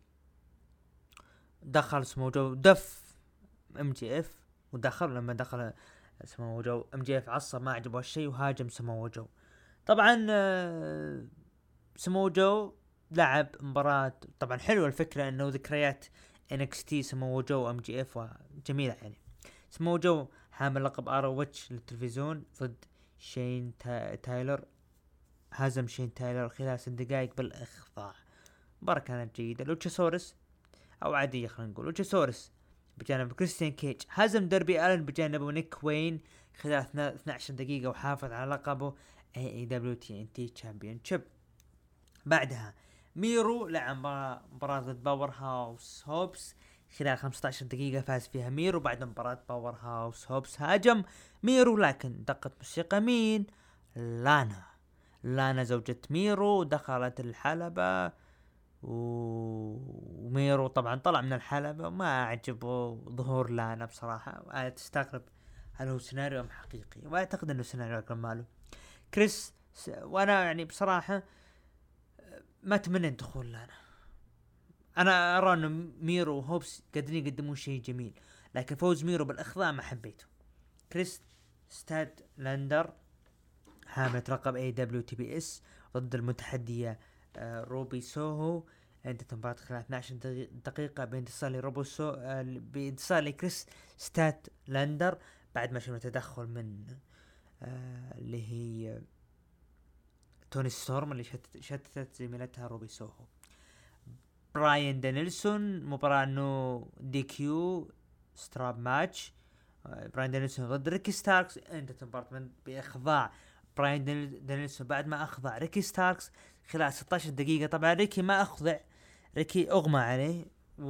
دخل سمو جو دف ام جي اف ودخل. لما دخل سمو جو ام جي اف عصب ما عجبه الشيء وهاجم سمو جو. طبعا سمو جو لعب مباراة طبعا حلوة الفكرة انه ذكريات انكس تي سمو جو ام جي اف جميلة. يعني سمو جو حامل لقب اروتش للتلفزيون ضد شين تا... تايلر هزم شين تايلر خلال ست دقائق بالاخضاع. مباراة كانت جيدة. لوتشاسورس او عادية خلينا نقول لوتشاسورس بجانب كريستيان كيج هزم دربي آلن بجانبه نيك وين خلال اثنتي عشرة دقيقة وحافظ على لقبه اي اي دبليو تي ان تي تشامبيونشيب. بعدها ميرو لعب مباراة ضد باور هاوس هوبس خلال خمسة عشر دقيقة فاز فيها ميرو. بعد مباراة باور هاوس هوبس هاجم ميرو، لكن دقت موسيقى مين؟ لانا لانا زوجة ميرو دخلت الحلبة، وميرو طبعا طلع من الحلبة وما عجبه ظهور لانا بصراحة. أنا تستغرب هل هو سيناريو أم حقيقي، وأعتقد أنه سيناريو أكرم ماله كريس. وأنا يعني بصراحة ما أتمنى دخول لانا. أنا أرى أنه ميرو وهوبس قادرين يقدمون شيء جميل، لكن فوز ميرو بالإخضاع ما حبيته. كريس ستاد لاندر حامل لقب اي دبليو تي بي اس ضد المتحدية آه روبي سوهو. انتهت المباراة خلال اثنتي عشرة دقيقة بانتصار لروبو سو آه بانتصار لكريس ستات لاندر بعد ما شفنا تدخل من آه اللي هي توني ستورم اللي شتت شتتت زميلتها روبي سوهو. براين دانيلسون مباراة انه دي كيو ستراب ماتش. براين دانيلسون ضد ريكي ستاركس. انتهت المباراة باخضاع براين دانيلسون بعد ما اخضع ريكي ستاركس خلال ستة عشر دقيقة. طبعا ريكي ما اخضع، ريكي اغمى عليه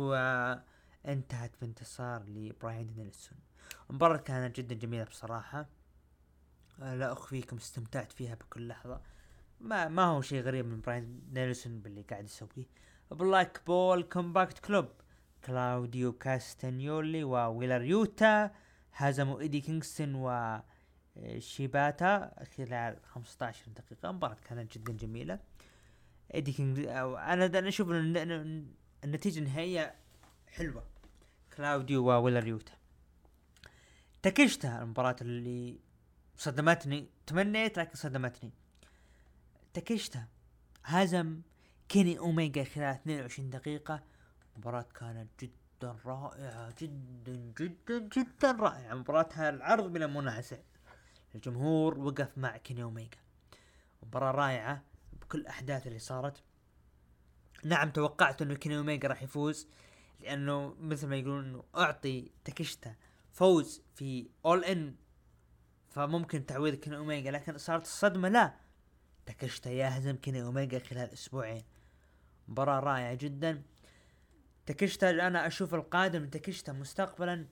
وانتهت بانتصار لبراين دانيلسون. المباراة كانت جدا جميلة بصراحة، لا اخفيكم استمتعت فيها بكل لحظة. ما ما هو شيء غريب من براين دانيلسون باللي قاعد يسويه. بلاك بول كومباكت كلوب كلاوديو كاستانيولي وويلر يوتا هزموا ايدي كينغستون وشيباتا خلال خمسة عشر دقيقة. مباراة كانت جدا جميلة. ايدي كينغ انا انا اشوف ان النتيجة النهائية حلوة. كلاوديو وويلر يوتا. تكشتها المباراة اللي صدمتني، تمنيت لكن صدمتني. تكشتها هزم كيني اوميجا خلال اثنين وعشرين دقيقة. مباراة كانت جدا رائعة جدا جدا جدا رائعة. مباراة العرض بلا منازع، الجمهور وقف مع كيني اوميجا. مباراة رائعة بكل الاحداث اللي صارت. نعم توقعت انه كيني اوميجا راح يفوز، لانه مثل ما يقولون انه اعطي تكشتا فوز في اول ان فممكن تعويض كيني اوميجا، لكن صارت الصدمة لا، تكشتا يهزم كيني اوميجا خلال اسبوعين. مباراة رائعة جدا. تكشتا انا اشوف القادم من تكشتا مستقبلا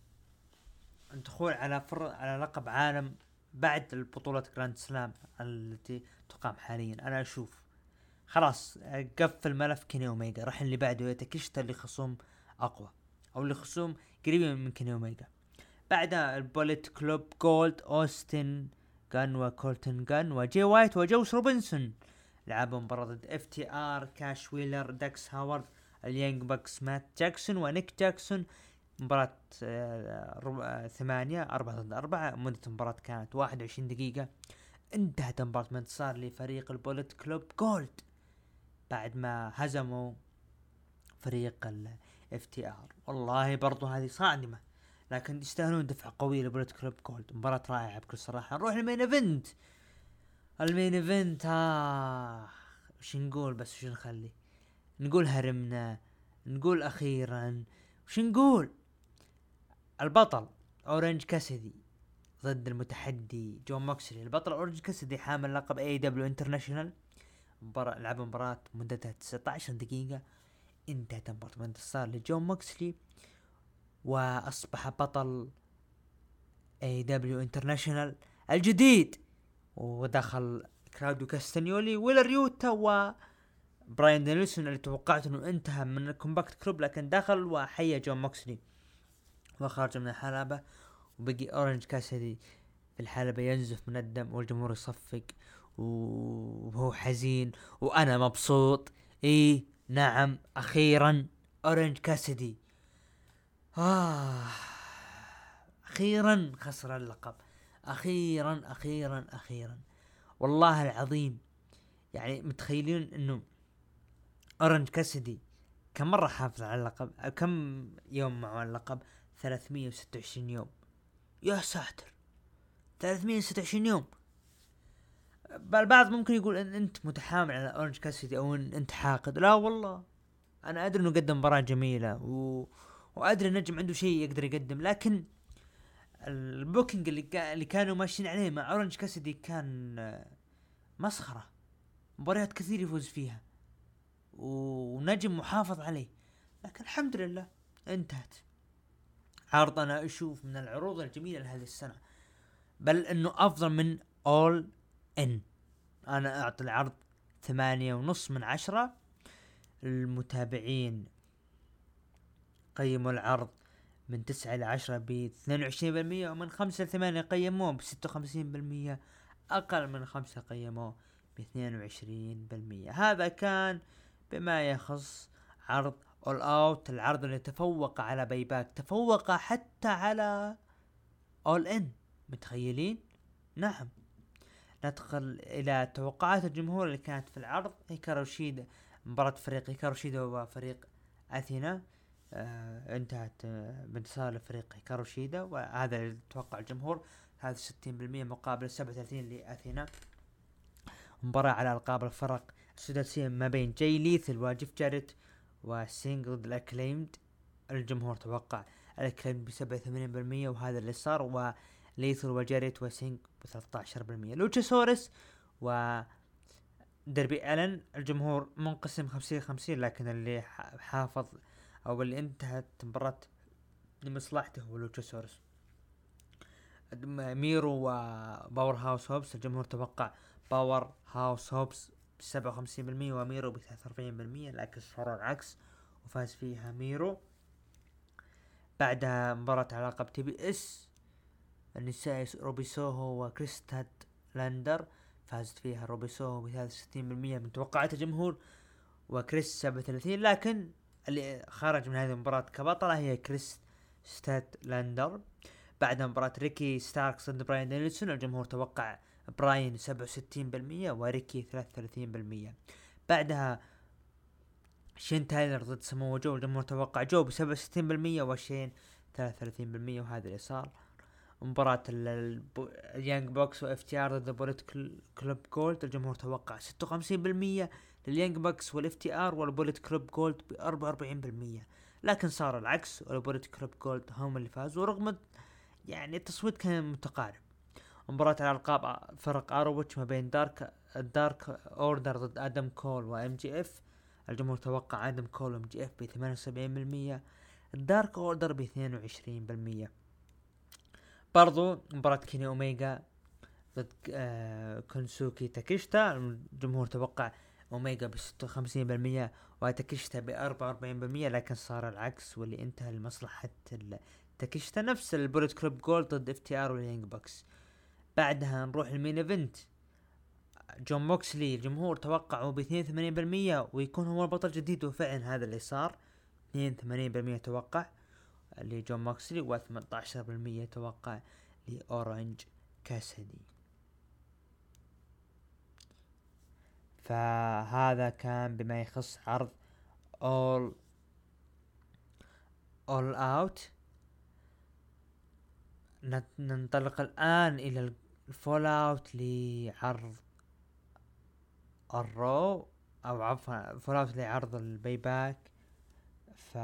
الدخول على فر... على لقب عالم بعد البطولة جراند سلام التي تقام حاليا. انا اشوف خلاص قفل ملف كيني اوميجا، راح اللي بعده تكشتا اللي خصوم اقوى او اللي خصوم قريبين من كيني اوميجا. بعدها البوليت كلوب جولد اوستن جان وكولتن جان وجي وايت وجوس روبنسون لعبوا مباراة ضد اف تي ار كاش ويلر داكس هاورد اليانج باكس مات جاكسون ونيك جاكسون. مباراة آه ثمانية أربعة ضد أربعة. مدة المباراة كانت واحد وعشرين دقيقة. انتهت المباراة بانتصار لفريق البوليت كلوب جولد بعد ما هزموا فريق ال اف تي ار. والله برضو هذه صادمة، لكن يستاهلون دفعة قوية لبوليت كلوب جولد. مباراة رائعة بكل صراحة. نروح للمين ايفنت. المين ايفنت آه وش نقول بس وش نخلي نقول هرمنا نقول اخيرا وش نقول. البطل اورنج كاسيدي ضد المتحدي جون موكسلي. البطل اورنج كاسيدي حامل لقب اي دبليو انترناشونال. مباراة لعب مباراة مدتها تسعة عشر دقيقة. انتهت مباراة بانتصار لجون موكسلي واصبح بطل اي دبليو انترناشونال الجديد. ودخل كلاوديو كاستانيولي ويلر يوتا و براين دانيلسون اللي توقعت انه انتهى من الكومباكت كلوب، لكن دخل وحيا جون موكسلي وخرج من الحلبة. وبقي اورنج كاسيدي في الحلبة ينزف من الدم والجمهور يصفق وهو حزين وانا مبسوط. ايه نعم اخيرا اورنج كاسيدي آه اخيرا خسر اللقب. اخيرا اخيرا اخيرا والله العظيم. يعني متخيلين انه اورنج كاسيدي كم مرة حافظ على اللقب، كم يوم معه اللقب؟ ثلاثمية وستة وعشرين يوم. يا ساتر ثلاثمية وستة وعشرين يوم. البعض ممكن يقول ان انت متحامل على اورنج كاسيدي او ان انت حاقد. لا والله انا ادري انه قدم مباراة جميلة و... وادري النجم عنده شيء يقدر يقدم، لكن البوكينج اللي, كا... اللي كانوا ماشيين عليه مع اورنج كاسيدي كان مسخرة. مباريات كثير يفوز فيها ونجم محافظ عليه، لكن الحمد لله انتهت. عرض انا اشوف من العروض الجميلة لهذه السنة، بل انه افضل من اول ان. انا اعطي العرض ثمانية ونص من عشرة. المتابعين قيموا العرض من تسعة إلى عشرة باثنين وعشرين بالمية، ومن خمسة لثمانية قيموه بستة وخمسين بالمية، أقل من خمسة قيموه باثنين وعشرين بالمية. هذا كان بما يخص عرض All Out، العرض اللي تفوق على بايباك، تفوق حتى على All In. متخيلين؟ نعم. ندخل الى توقعات الجمهور اللي كانت في العرض. هيكارو شيدا، مباراة فريق هيكارو شيدا وفريق اثينا آه انتهت آه بانتصار لفريق هيكارو شيدا، وهذا اللي توقع الجمهور. هذا ستين بالمية مقابل سبعة وثلاثين لأثينا. مباراة على ألقاب الفرق السداسية ما بين جاي ليثل وجيف جاريت وسينج ضد الأكليمد. الجمهور توقع الأكليمد بسبعة وثمانين بالمية وهذا اللي صار، وليثل وجاريت وسينج بثلاثة عشر بالمية. لوتشاسورس و دربي ألن الجمهور منقسم خمسين خمسين، لكن اللي حافظ أو اللي انتهت مباراة لمصلحته هو لوتشاسورس. ميرو وباور هاوس هوبس الجمهور توقع باور هاوس هوبس بسبعة وخمسين بالمية وميرو بثلاثة وأربعين بالمية، لكن صار العكس وفاز فيها ميرو. بعدها مباراة على لقب تي بي اس النسائي روبي سوهو وكريستاد لاندر، فازت فيها روبي سوهو بثلاثة وستين بالمية من توقعات الجمهور وكريس سبعة وثلاثين، لكن اللي خرج من هذه المباراة كبطلة هي كريستاد لاندر. بعد مباراة ريكي ستاركس ضد براين دانيلسون الجمهور توقع براين سبعة وستين بالمية وريكي ثلاثة وثلاثين بالمية. بعدها شين تايلر ضد سمو جو الجمهور توقع جو بسبعة وستين بالمية وشين ثلاثة وثلاثين بالمية، وهذا اللي صار. مباراة اليانج بوكس واف تي ار ضد بوليت كلوب جولد الجمهور توقع ستة وخمسين بالمية لليانج بوكس والاف تي ار والبوليت كلوب جولد ب أربعة وأربعين بالمية، لكن صار العكس والبوليت كلوب جولد هم اللي فازوا رغم يعني التصويت كان متقارب. مباراة على القاب فرق اروتش ما بين دارك الدارك اوردر ضد ادم كول وام جي اف الجمهور توقع ادم كول وام جي اف ب ثمانية وسبعين بالمية، الدارك اوردر ب اثنين وعشرين بالمية. برضو مباراة كيني اوميجا ضد آه كونسوكي تاكيشتا الجمهور توقع اوميجا ب ستة وخمسين بالمية وتاكيشتا ب أربعة وأربعين بالمية، لكن صار العكس واللي انتهى لمصلحة تاكيشتا. نفس البوليت كلوب جولد ضد اف تي ار واليانج بوكس. بعدها نروح المين ايفنت جون موكسلي الجمهور توقعه ب اثنين وثمانين بالمية ويكون هو البطل الجديد، وفعلا هذا اللي صار. اثنين وثمانين بالمية توقع لجون موكسلي و ثمانية عشر بالمية توقع لأورانج كاسدي. فهذا كان بما يخص عرض All All Out. ننطلق الآن إلى الفول اوت لعرض الرو أو عفوا فول اوت لعرض الباي باك، ف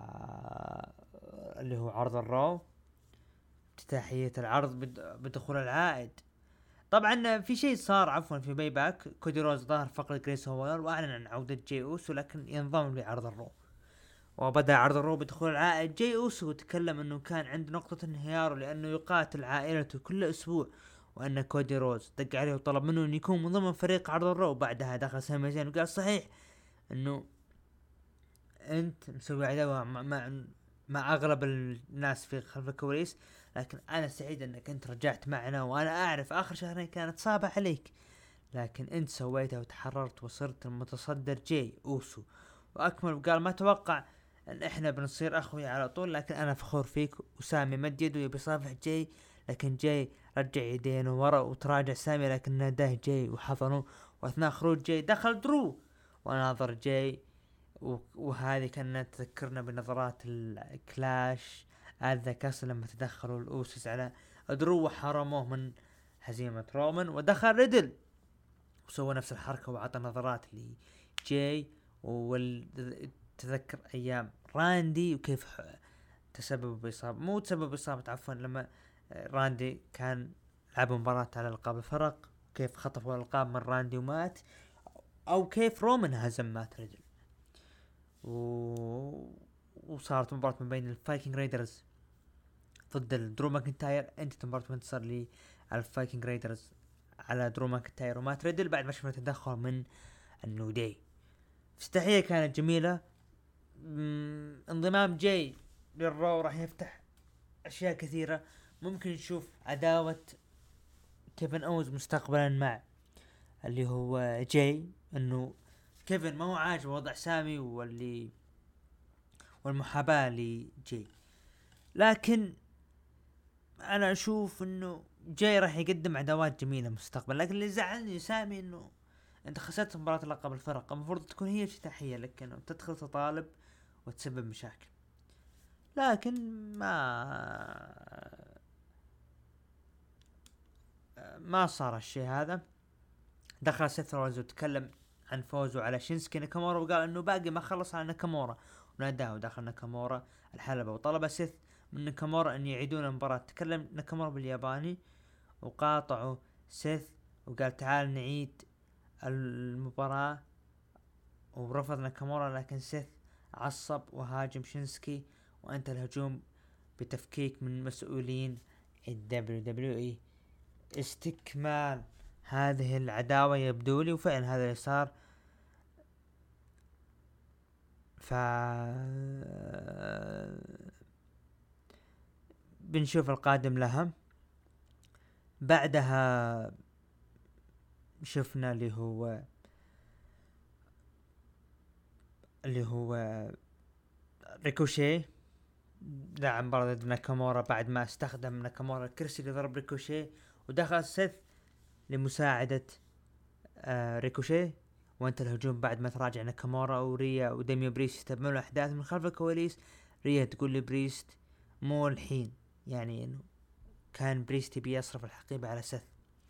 اللي هو عرض الرو. افتتاحية العرض بدخول العائد. طبعا في شيء صار عفوا في باي باك، كودي روز ظهر فقد جريس هوير واعلن عن عودة جاي اوسو لكن ينضم لعرض الرو. وبدأ عرض الرو بدخول العائد. جاي اوسو وتكلم انه كان عنده نقطة انهيار لانه يقاتل عائلته كل اسبوع، وان كودي روز دق عليه وطلب منه انه يكون من ضمن فريق عرض الرو. بعدها دخل سامي زين وقال صحيح انه انت مسوي عداوة مع, مع, مع اغلب الناس في خلف الكواليس، لكن انا سعيد انك انت رجعت معنا، وانا اعرف اخر شهرين كانت صعبة عليك لكن انت سويتها وتحررت وصرت المتصدر جاي اوسو. واكمل وقال ما توقع ان احنا بنصير اخوي على طول، لكن انا فخور فيك. وسامي مد يده يبي يصافح جاي لكن جاي رجع يدينه ورا وتراجع سامي، لكن ناداه جاي وحضنه. واثناء خروج جاي دخل درو وناظر جاي، وهذه كانت تذكرنا بنظرات الكلاش هذا كاس لما تدخلوا الأوسس على درو وحرموه من هزيمة رومان. ودخل ريدل وسوى نفس الحركة وعطى نظرات لجاي. وتذكر أيام راندي وكيف تسبب بإصابة مو تسبب إصابة عفوا لما راندي كان لعب مباراة على ألقاب الفرق، كيف خطفوا الألقاب من راندي ومات، أو كيف رومان هزم مات ريدل. و... وصارت مباراة من بين الفايكنج رايدرز ضد درو ماكنتاير. انت مباراة منتصر لي على الفايكنج رايدرز على درو ماكنتاير ومات ريدل بعد ما شفنا تدخل من النودي. افتتاحية كانت جميلة. انضمام جاي للرو راح يفتح اشياء كثيرة. ممكن نشوف عداوة كيفن اوز مستقبلا مع اللي هو جاي، انه كيفن ما هو عاجب وضع سامي واللي والمحاباة لجاي، لكن انا اشوف انه جاي راح يقدم عداوات جميلة مستقبل. لكن اللي زعلني سامي انه انت خسرت مباراة لقب الفرق، المفروض تكون هي افتتاحية لك انه تدخل تطالب وتسبب مشاكل، لكن ما ما صار الشيء هذا. دخل سيث رولينز وتكلم عن فوزه على شينسكي ناكامورا، وقال انه باقي ما خلص على ناكامورا، وناداه ودخل ناكامورا الحلبة وطلب سيث من ناكامورا ان يعيدون المباراة. تكلم ناكامورا بالياباني وقاطعوا سيث وقال تعال نعيد المباراة، ورفض ناكامورا. لكن سيث عصب وهاجم شينسكي وانتهى الهجوم بتفكيك من مسؤولين الدبليو دبليو اي. استكمال هذه العداوة يبدو لي، وفعلا هذا اللي صار. ف بنشوف القادم لها. بعدها شفنا اللي هو اللي هو ريكوشي دعم مباراة ضد ناكامورا بعد ما استخدم ناكامورا الكرسي لضرب ريكوشي، ودخل سيث لمساعدة آه ريكوشي، وانتهى الهجوم بعد ما تراجع ناكامورا وريا وديميو بريست يتابعون الأحداث من خلف الكواليس. ريا تقول لبريست مو الحين، يعني انه كان بريست يبي يصرف الحقيبة على سيث،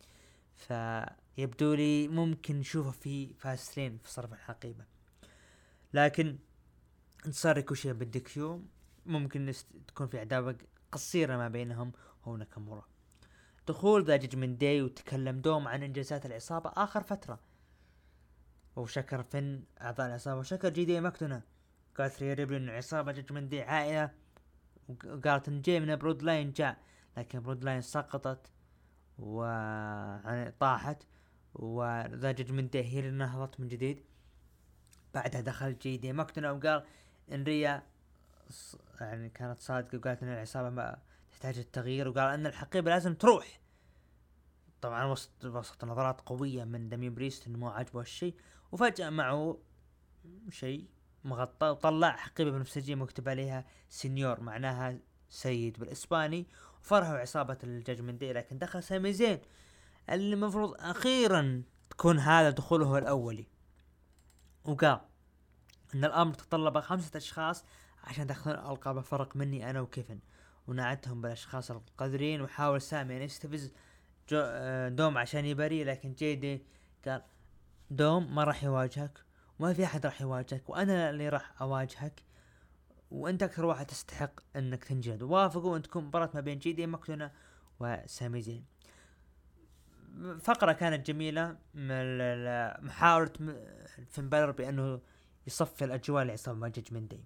فيبدو لي ممكن نشوفه في فاستلين في صرف الحقيبة. لكن انتصار ريكوشي بالديكيو ممكن نست... تكون في عداوة قصيرة ما بينهم هو ناكامورا. دخول ذا جاجمنت داي وتكلم دوم عن انجازات العصابة اخر فترة، وشكر فين اعضاء العصابة وشكر جي دي ماكدونا. قالت ريا ريبلي ان عصابة جاجمنت داي عائلة، وقالت ان جاي من برود لاين جاء، لكن برود لاين سقطت و يعني طاحت، وذا جاجمنت داي هي اللي نهضت من جديد. بعدها دخل جي دي ماكدونا وقال ان ريا يعني كانت صادقة، وقالت ان العصابة ما تحتاج التغيير، وقال ان الحقيبة لازم تروح. طبعا وسط وسط نظرات قوية من دامي بريست انه مو عاجبه هالشيء، وفجأة معه شيء مغطى وطلع حقيبة بنفسجية مكتوب عليها سينيور معناها سيد بالاسباني، وفرحوا عصابة الجاجمنت داي. لكن دخل سامي زين اللي المفروض اخيرا تكون هذا دخوله الاولي، وقال ان الامر تطلب خمسة اشخاص عشان تاخذون القاب فرق مني انا وكيفن، ونعدهم بالاشخاص القادرين. وحاول سامي ان يستفز دوم عشان يبري، لكن جيدي قال دوم ما راح يواجهك وما في احد راح يواجهك، وانا اللي راح اواجهك، وانت اكثر واحد تستحق انك تنجد. ووافقوا ان تكون مباراة ما بين جيدي ماكدونا وسامي زين. فقرة كانت جميلة من محاولة فين بالر بانه يصفي الاجواء لعصابة جاجمنت داي.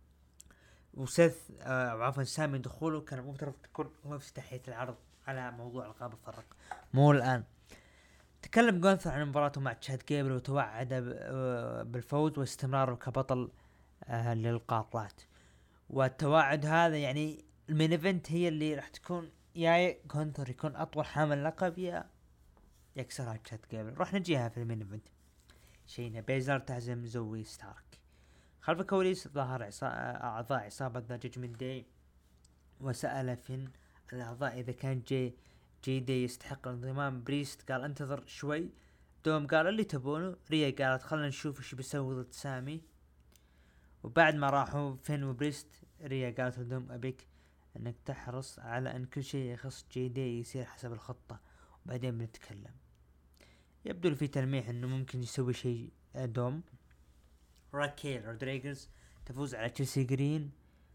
وسيث آه عفوا سامي دخوله كان مفترض تكون هو افتتاحية العرض على موضوع القاب الفرق، مو الان. تكلم جونثر عن مباراته مع تشاد جيبل وتوعد بالفوز واستمراره كبطل آه للقارات. والتوعد هذا يعني المين ايفنت هي اللي راح تكون يا جونثر يكون اطول حامل لقب يا يكسرها تشاد جيبل. راح نجيها في المين ايفنت. شينا بيزر تعزم زوي ستارك. خلف الكواليس ظهر عصا... اعضاء عصابة ذا جاجمنت داي، وسأل فين الاعضاء اذا كان جي جي دي يستحق الانضمام. بريست قال انتظر شوي. دوم قال اللي تبونه. ريا قالت خلنا نشوف ايش بيسوي ضد سامي. وبعد ما راحوا فين وبريست، ريا قالت لدوم ابيك انك تحرص على ان كل شيء يخص جي دي يصير حسب الخطة، وبعدين بنتكلم. يبدو في تلميح انه ممكن يسوي شيء دوم. راكيل رودريغيز تفوز على تشيلسي جرين.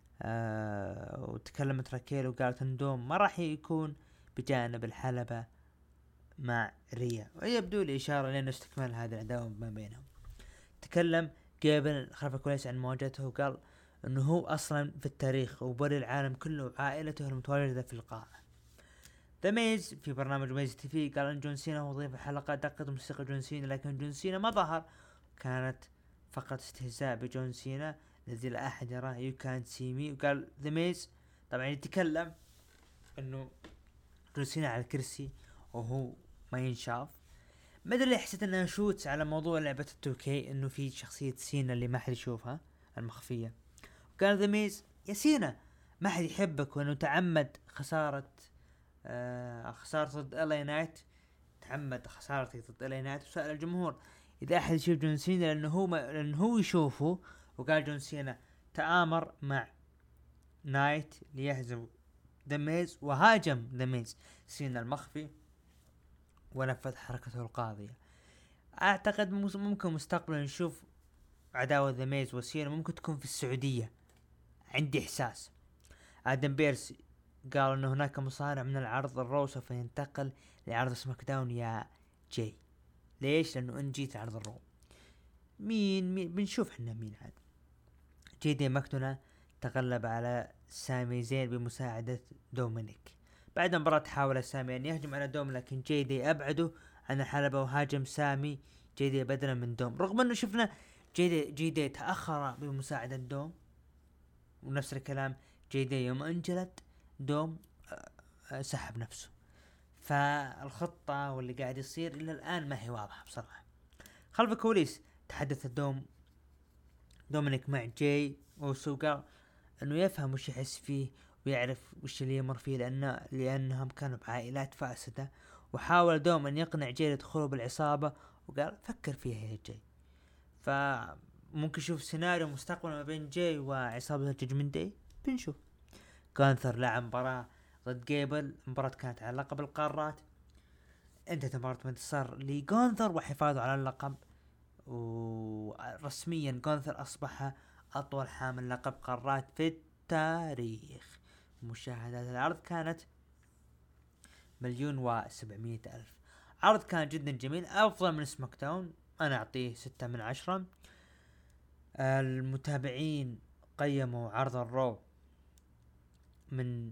آه وتكلمت راكيل وقالت ان دوم ما راح يكون بجانب الحلبة مع ريا، ويبدو لي إشارة لأنه استكمال هذا العداوة ما بينهم. تكلم جيبل خلف الكواليس عن مواجهته، وقال انه هو اصلا في التاريخ وبري العالم كله عائلته المتواجدة في القاعة. ذا ميز في برنامج ميز تي في قال ان جون سينا هو ضيف الحلقة دقت موسيقى جون سينا، لكن جون سينا ما ظهر، كانت فقط استهزاء بجون سينا الذي لا احد يراه يو كان سي مي. وقال ذا ميز طبعا يتكلم انه جون سينا على الكرسي وهو ما ينشاف. ما ادري ليه حسيت انها شوت على موضوع لعبة التوكي انه في شخصية سينا اللي ما حد يشوفها المخفية. وقال ذا ميز يا سينا ما حد يحبك، وانه تعمد خسارة آه خسارته ضد إل إيه نايت، تعمد خسارتي ضد إل إيه نايت وسأل الجمهور اذا احد يشوف جون سينا، لانه هو ما لانه هو يشوفه، وقال جون سينا تآمر مع نايت ليهزم ذا ميز، وهاجم ذا ميز سينا المخفي ونفذ حركته القاضية. اعتقد ممكن مستقبلا نشوف عداوة ذا ميز وسينا ممكن تكون في السعودية، عندي احساس. ادم بيرس قال انه هناك مصارع من العرض الرو سوف ينتقل لعرض سماك داون يا جاي. ليش؟ لانه ان جيت عرض الرو مين, مين بنشوف احنا مين عاد. جي دي ماكدونا تغلب على سامي زين بمساعدة دومينيك. بعد المباراة حاول سامي ان يهجم على دوم، لكن جي دي ابعده عن الحلبة وهاجم سامي جي دي بدلا من دوم، رغم انه شفنا جي دي, جي دي تأخر بمساعدة دوم، ونفس الكلام جي دي يوم انجلت دوم سحب نفسه. فالخطة واللي قاعد يصير الى الان ما هي واضحة بصراحة. خلف الكواليس تحدث الدوم دومينيك مع جاي اوسو، قال انه يفهم وش يحس فيه ويعرف وش اللي يمر فيه، لأن لانهم كانوا بعائلات فاسدة، وحاول دوم ان يقنع جاي لدخوله بالعصابة، وقال فكر فيها يا جاي. فممكن نشوف سيناريو مستقبل ما بين جاي وعصابة الججمنت داي، بنشوف. كانثر لعب مباراة ضد جيبل، مباراة كانت على لقب القارات، انتهت مباراة بانتصار لجونثر وحفاظه على اللقب، ورسميا جونثر اصبح اطول حامل لقب قارات في التاريخ. مشاهدات العرض كانت مليون وسبعمية الف. عرض كان جدا جميل، افضل من سماك داون، انا اعطيه ستة من عشرة. المتابعين قيموا عرض الرو من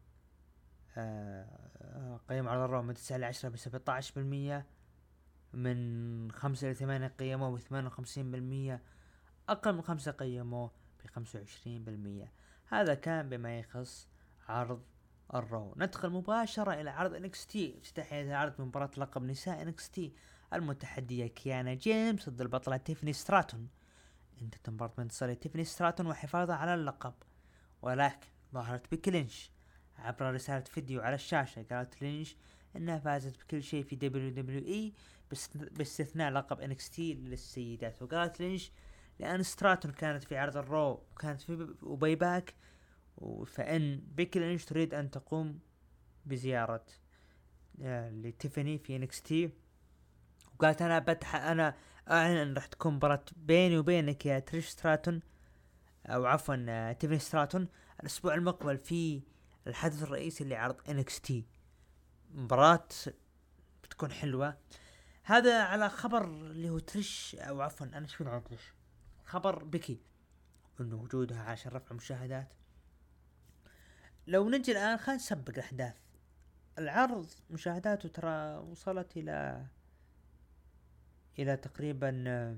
آه قيم عرض الرو من تسعة لعشرة بسبعة عشر بالمية، من خمسة إلى ثمانية قيموه بثمانية وخمسين بالمية، أقل من خمسة قيموه بخمسة وعشرين بالمية. هذا كان بما يخص عرض الرو. ندخل مباشرة إلى عرض إن إكس تي. افتتاحية العرض بمباراة لقب نساء إن إكس تي، المتحدية كيانا جيمس ضد البطلة تيفني ستراتون. انتهت مباراة بانتصار تيفني ستراتون وحفاظها على اللقب، ولكن ظهرت بيكي لينش عبر رسالة فيديو على الشاشة. قالت لينش انها فازت بكل شيء في دبليو دبليو اي باستثناء لقب إن إكس تي للسيدات. وقالت لينش لأن ستراتون كانت في عرض الرو وكانت في وباي باك، فإن بيكي لينش تريد أن تقوم بزيارة آه لتيفاني في إن إكس تي. وقالت أنا بتح أنا أعلن أن راح تكون مباراة بيني وبينك يا تريش ستراتون، أو عفوا آه تيفاني ستراتون، الأسبوع المقبل في الحدث الرئيسي لعرض إن إكس تي. مباراة بتكون حلوة. هذا على خبر اللي هو تريش، أو عفوا أنا شو عن تريش، خبر بيكي انه وجودها عشان رفع مشاهدات. لو نجي الان خلينا نسبق الاحداث. العرض مشاهداته ترى وصلت الى الى تقريبا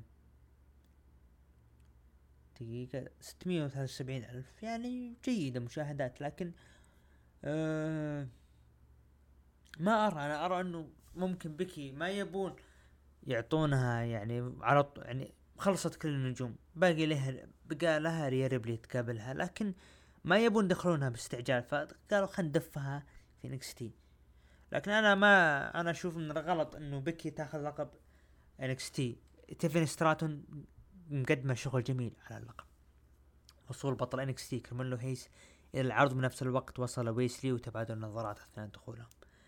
دقيقة ستمية وثلاثة وسبعين الف، يعني جيدة مشاهدات. لكن أه ما ارى انا ارى انه ممكن بيكي ما يبون يعطونها يعني عرض، يعني خلصت كل النجوم، باقي لها بقى لها ريا ريبلي تقابلها، لكن ما يبون يدخلونها باستعجال، فقالوا خلينا ندفها في إنكس تي. لكن انا ما انا اشوف من الغلط انه بيكي تاخذ لقب إنكس تي. تيفن ستراتون مقدمه شغل جميل على اللقب. وصول بطل إنكس تي كارميلو هيس الى العرض بنفس الوقت وصل ويسلي وتبادل النظرات اثناء دخولهم.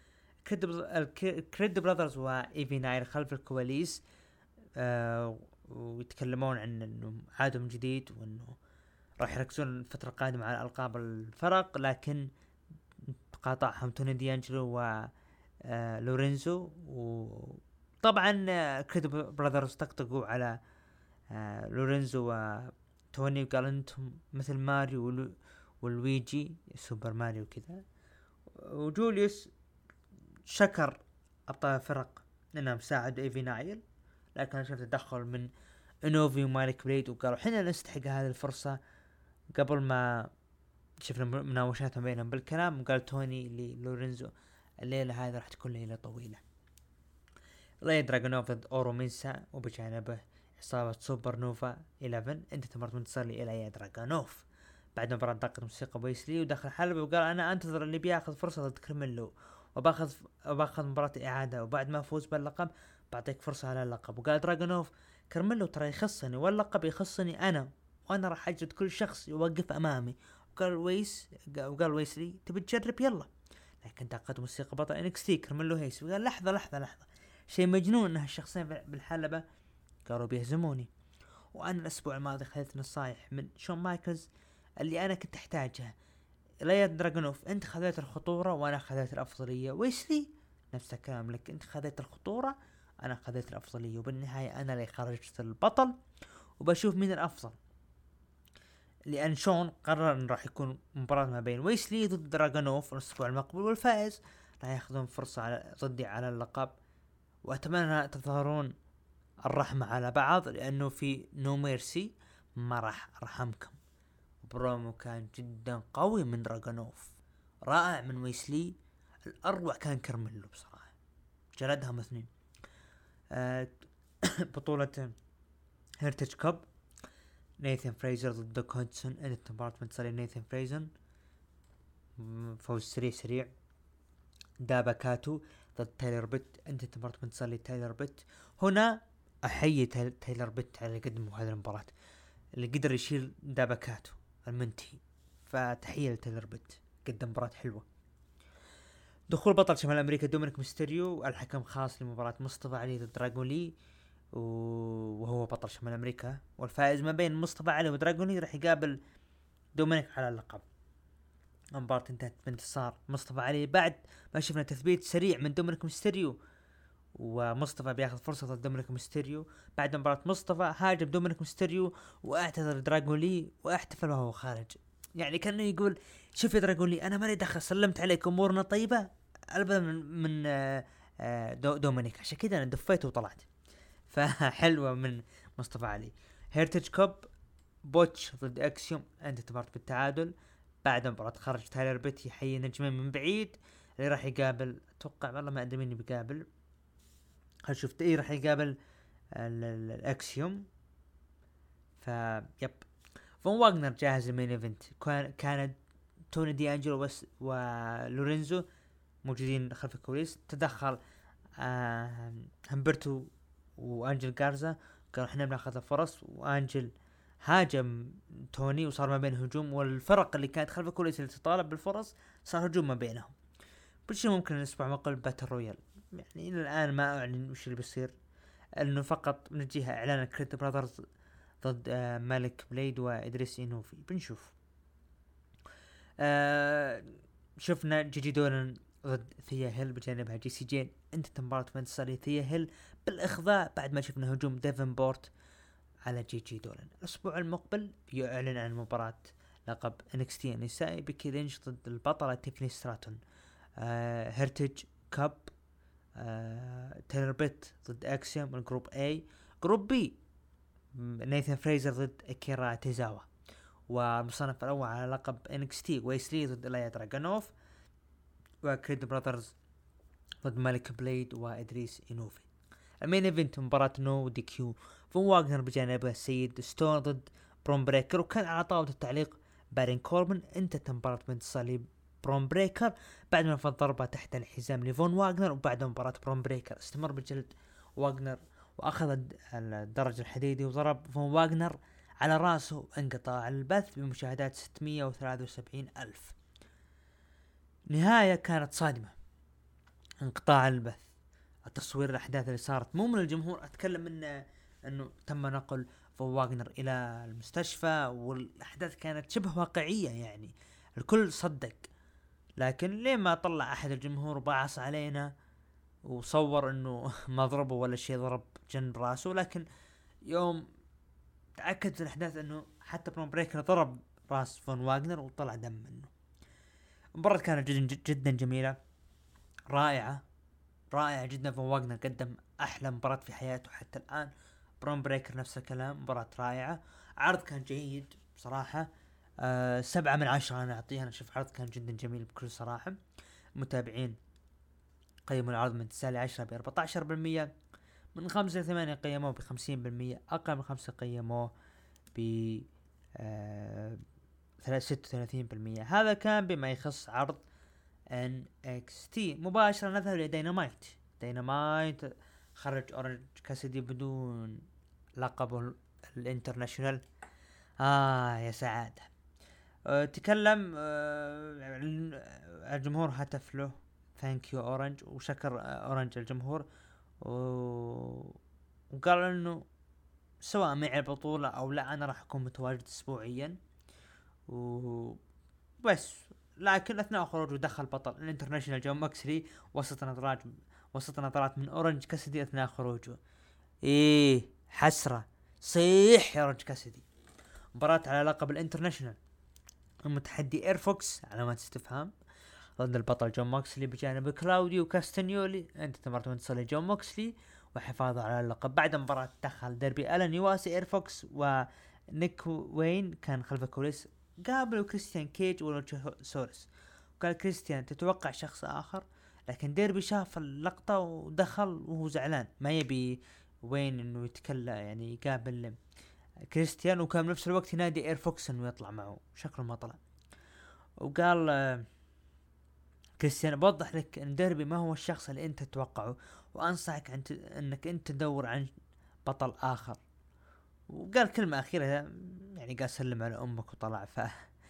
كريد براذرز وايفي ناير خلف الكواليس آه ويتكلمون عن انه عادهم جديد، وانه راح يركزون الفترة القادمة على ألقاب الفرق، لكن قاطعهم توني ديانجلو و آه لورينزو. وطبعا آه كريد براذرز طقطقوا على آه لورينزو وتوني، وقال انتم مثل ماريو والويجي سوبر ماريو كذا. وجوليوس شكر ابطال الفرق انهم ساعدوا ايفي نايل، لكن شفت تدخل من انوفي ومالك بليد، وقالوا حنا نستحق هذه الفرصة. قبل ما شفنا مناوشات بينهم بالكلام، وقال توني للورينزو الليلة هذه راح تكون ليلة طويلة. ليا دراغونوف ضد اورو مينسا، وبجانبه عصابة سوبر نوفا إحدى عشر. انت تمرت منتصر لي الى يا دراغونوف بعد مباراة دقت موسيقى بويسلي ودخل حلبة، وقال انا انتظر اللي بياخذ فرصة ضد كرميلو، وباخذ وباخذ مباراة اعادة، وبعد ما افوز باللقب بعطيك فرصة على اللقب. وقال دراغونوف كارميلو ترى يخصني واللقب يخصني انا، وانا راح اجد كل شخص يوقف امامي. وقال ويس وقال ويسلي تبي تجرب يلا، لكن تعقد موسيقى بطل انكستي كارميلو هيس. وقال لحظة لحظة لحظة، شيء مجنون ان هالشخصين بالحلبة قالوا بيهزموني، وانا الاسبوع الماضي خذيت نصايح من شون مايكلز اللي انا كنت احتاجها. لا دراغونوف انت خذيت الخطورة وانا خذيت الافضلية، ويسلي نفس الكلام لك، انت خذيت الخطورة انا خذيت الافضلية، وبالنهاية انا اللي خرجت البطل، وبشوف مين الافضل. لان شون قرر ان راح يكون مباراة ما بين ويسلي ضد دراغونوف الاسبوع المقبل، والفائز راح ياخذون فرصة على ضدي على اللقب. واتمنى تظهرون الرحمة على بعض، لانه في نو ميرسي ما راح ارحمكم. برومو كان جدا قوي من دراغونوف، رائع من ويسلي، الاروع كان كارميلو بصراحة، جلدهم اثنين. أه بطولة هيرتج كاب، نيثان فريزر ضد دوك هودسون. انت مباراة منتصر نيثان فريزر، فوز سريع سريع. دابا كاتو ضد تايلر بيت، انت مباراة منتصر تايلر بيت. هنا احيي تايلر بيت على قدمه هذه المباراة، اللي قدر يشيل دابا كاتو المنتهي، فتحية لتايلر بيت، قدم مباراة حلوة. دخول بطل شمال امريكا دومينيك ميستيريو، الحكم خاص لمباراة مصطفى علي ضد دراغون لي، وهو بطل شمال امريكا، والفائز ما بين مصطفى علي ودراغون لي راح يقابل دومينيك على اللقب. المباراة انتهت بانتصار مصطفى علي بعد ما شفنا تثبيت سريع من دومينيك ميستيريو، ومصطفى بياخذ فرصة ضد دومينيك ميستيريو. بعد مباراة مصطفى هاجم دومينيك ميستيريو واعتذر دراغون لي واحتفل وهو خارج، يعني كانه يقول شوف يا دراغون لي انا مالي دخل، سلمت عليك امورنا طيبة البدا من, من آه دو دومينيك، عشان كذا انا دفيت وطلعت. فحلوة من مصطفى علي. هيرتج كوب بوتش ضد اكسيوم، انت تبارت بالتعادل. بعد مباراة خرج تايلر بيت يحيي نجمين من بعيد، اللي راح يقابل اتوقع والله ما ادري مين بيقابل، هل شفت ايه راح يقابل الاكسيوم. ف يب فون واغنر جاهز للمين ايفنت، كان توني دي انجلو بس ولورينزو موجودين خلف الكواليس. تدخل آه همبرتو وانجل غارزا، قالوا احنا بناخذ الفرص، وانجل هاجم توني وصار ما بين هجوم، والفرق اللي كانت خلف الكواليس اللي تطالب بالفرص صار هجوم ما بينهم. بشي ممكن الاسبوع مقبل باتل رويال، يعني الى الان ما اعلن وش اللي بيصير، انه فقط من الجهة اعلان كريت براذرز ضد آه مالك بليد وادريس انوفي. بنشوف. آه شفنا جيجي دولن ضد ثيا هيل بجانبها جي سي جين، انت مباراة منتصر ثيا هيل بالاخضاع بعد ما شفنا هجوم ديفن بورت على جي جي دولن. الاسبوع المقبل يعلن عن مباراة لقب انكستي النسائي بيكي لينش ضد البطلة تيفني ستراتون. آه هيرتج كاب، آه تايلر بيت ضد اكسيوم الجروب اي. جروب بي نيثان فريزر ضد اكيرا تيزاوا. والمصنف الاول على لقب انكستي ويسلي ضد الايا دراغونوف. وكريد براذرز ضد مالك بليد وادريس انوفي. المين ايفنت مباراة نو دي كيو، فون واغنر بجانبه السيد ستون ضد برون بريكر. وكان على طاولة التعليق بارين كوربن. انتهت مباراة بانتصار برون بريكر بعد ما فض ضربة تحت الحزام لفون واغنر. وبعد مباراة برون بريكر استمر بجلد واغنر واخذ الدرج الحديدي وضرب فون واغنر على راسه، انقطع البث بمشاهدات ستمية وثلاثة وسبعين ألف. نهاية كانت صادمة، انقطاع البث، التصوير الأحداث اللي صارت مو من الجمهور، أتكلم إنه إنه تم نقل فون واغنر إلى المستشفى، والأحداث كانت شبه واقعية، يعني الكل صدق. لكن ليه ما طلع أحد الجمهور وبعص علينا وصور إنه ما ضربه ولا شيء، ضرب جنب راسه. لكن يوم تأكد الأحداث إنه حتى برون بريكر ضرب راس فون واغنر وطلع دم منه. المباراة كانت جدا جدا جميلة، رائعة رائعة جدا. فون واغنر قدم أحلى مباراة في حياته حتى الآن. برون بريكر نفس الكلام، مباراة رائعة. عرض كان جيد بصراحة، أه سبعة من عشرة أنا أعطيها. أنا أشوف عرض كان جدا جميل بكل صراحة. متابعين قيموا العرض من تسعة لعشرة بأربعة عشر بالمية، من خمسة لثمانية قيموه بخمسين بالمية، أقل من خمسة قيموه ب أه ستة وثلاثين بالمية. هذا كان بما يخص عرض ان اكس تي. مباشرة نذهب لدينامايت. دينامايت خرج اورنج كاسدي بدون لقب الانترناشونال. اه يا سعادة. أه تكلم أه الجمهور هتف له ثانك يو اورنج، وشكر اورنج الجمهور، وقال انه سواء معي البطولة او لا انا راح اكون متواجد اسبوعيا وبس. لكن اثناء خروجه دخل بطل الانترناشونال جون موكسلي وسط نظرات وسط نظرات من اورنج كاسدي اثناء خروجه. ايه حسرة، صيح يا اورنج كاسدي. مباراة على لقب الانترناشونال، المتحدي اير فوكس علامات استفهام ضد البطل جون موكسلي بجانب كلاوديو كاستانيولي. انت تمرت انتصار جون موكسلي وحفاظه على اللقب. بعد مباراة دخل ديربي ألان يواسي اير فوكس ونيك وين كان خلف الكواليس، قابلوا كريستيان كيج ولوتشاسورس. وقال كريستيان تتوقع شخص اخر، لكن ديربي شاف اللقطة ودخل وهو زعلان ما يبي وين انه يتكلم يعني يقابل كريستيان، وكان بنفس الوقت ينادي اير فوكس انه يطلع معه، شكله ما طلع. وقال آه كريستيان بوضح لك ان ديربي ما هو الشخص اللي انت تتوقعه، وانصحك انت انك انت تدور عن بطل اخر. وقال كلمة اخيرة يعني قال سلم على امك وطلع. ف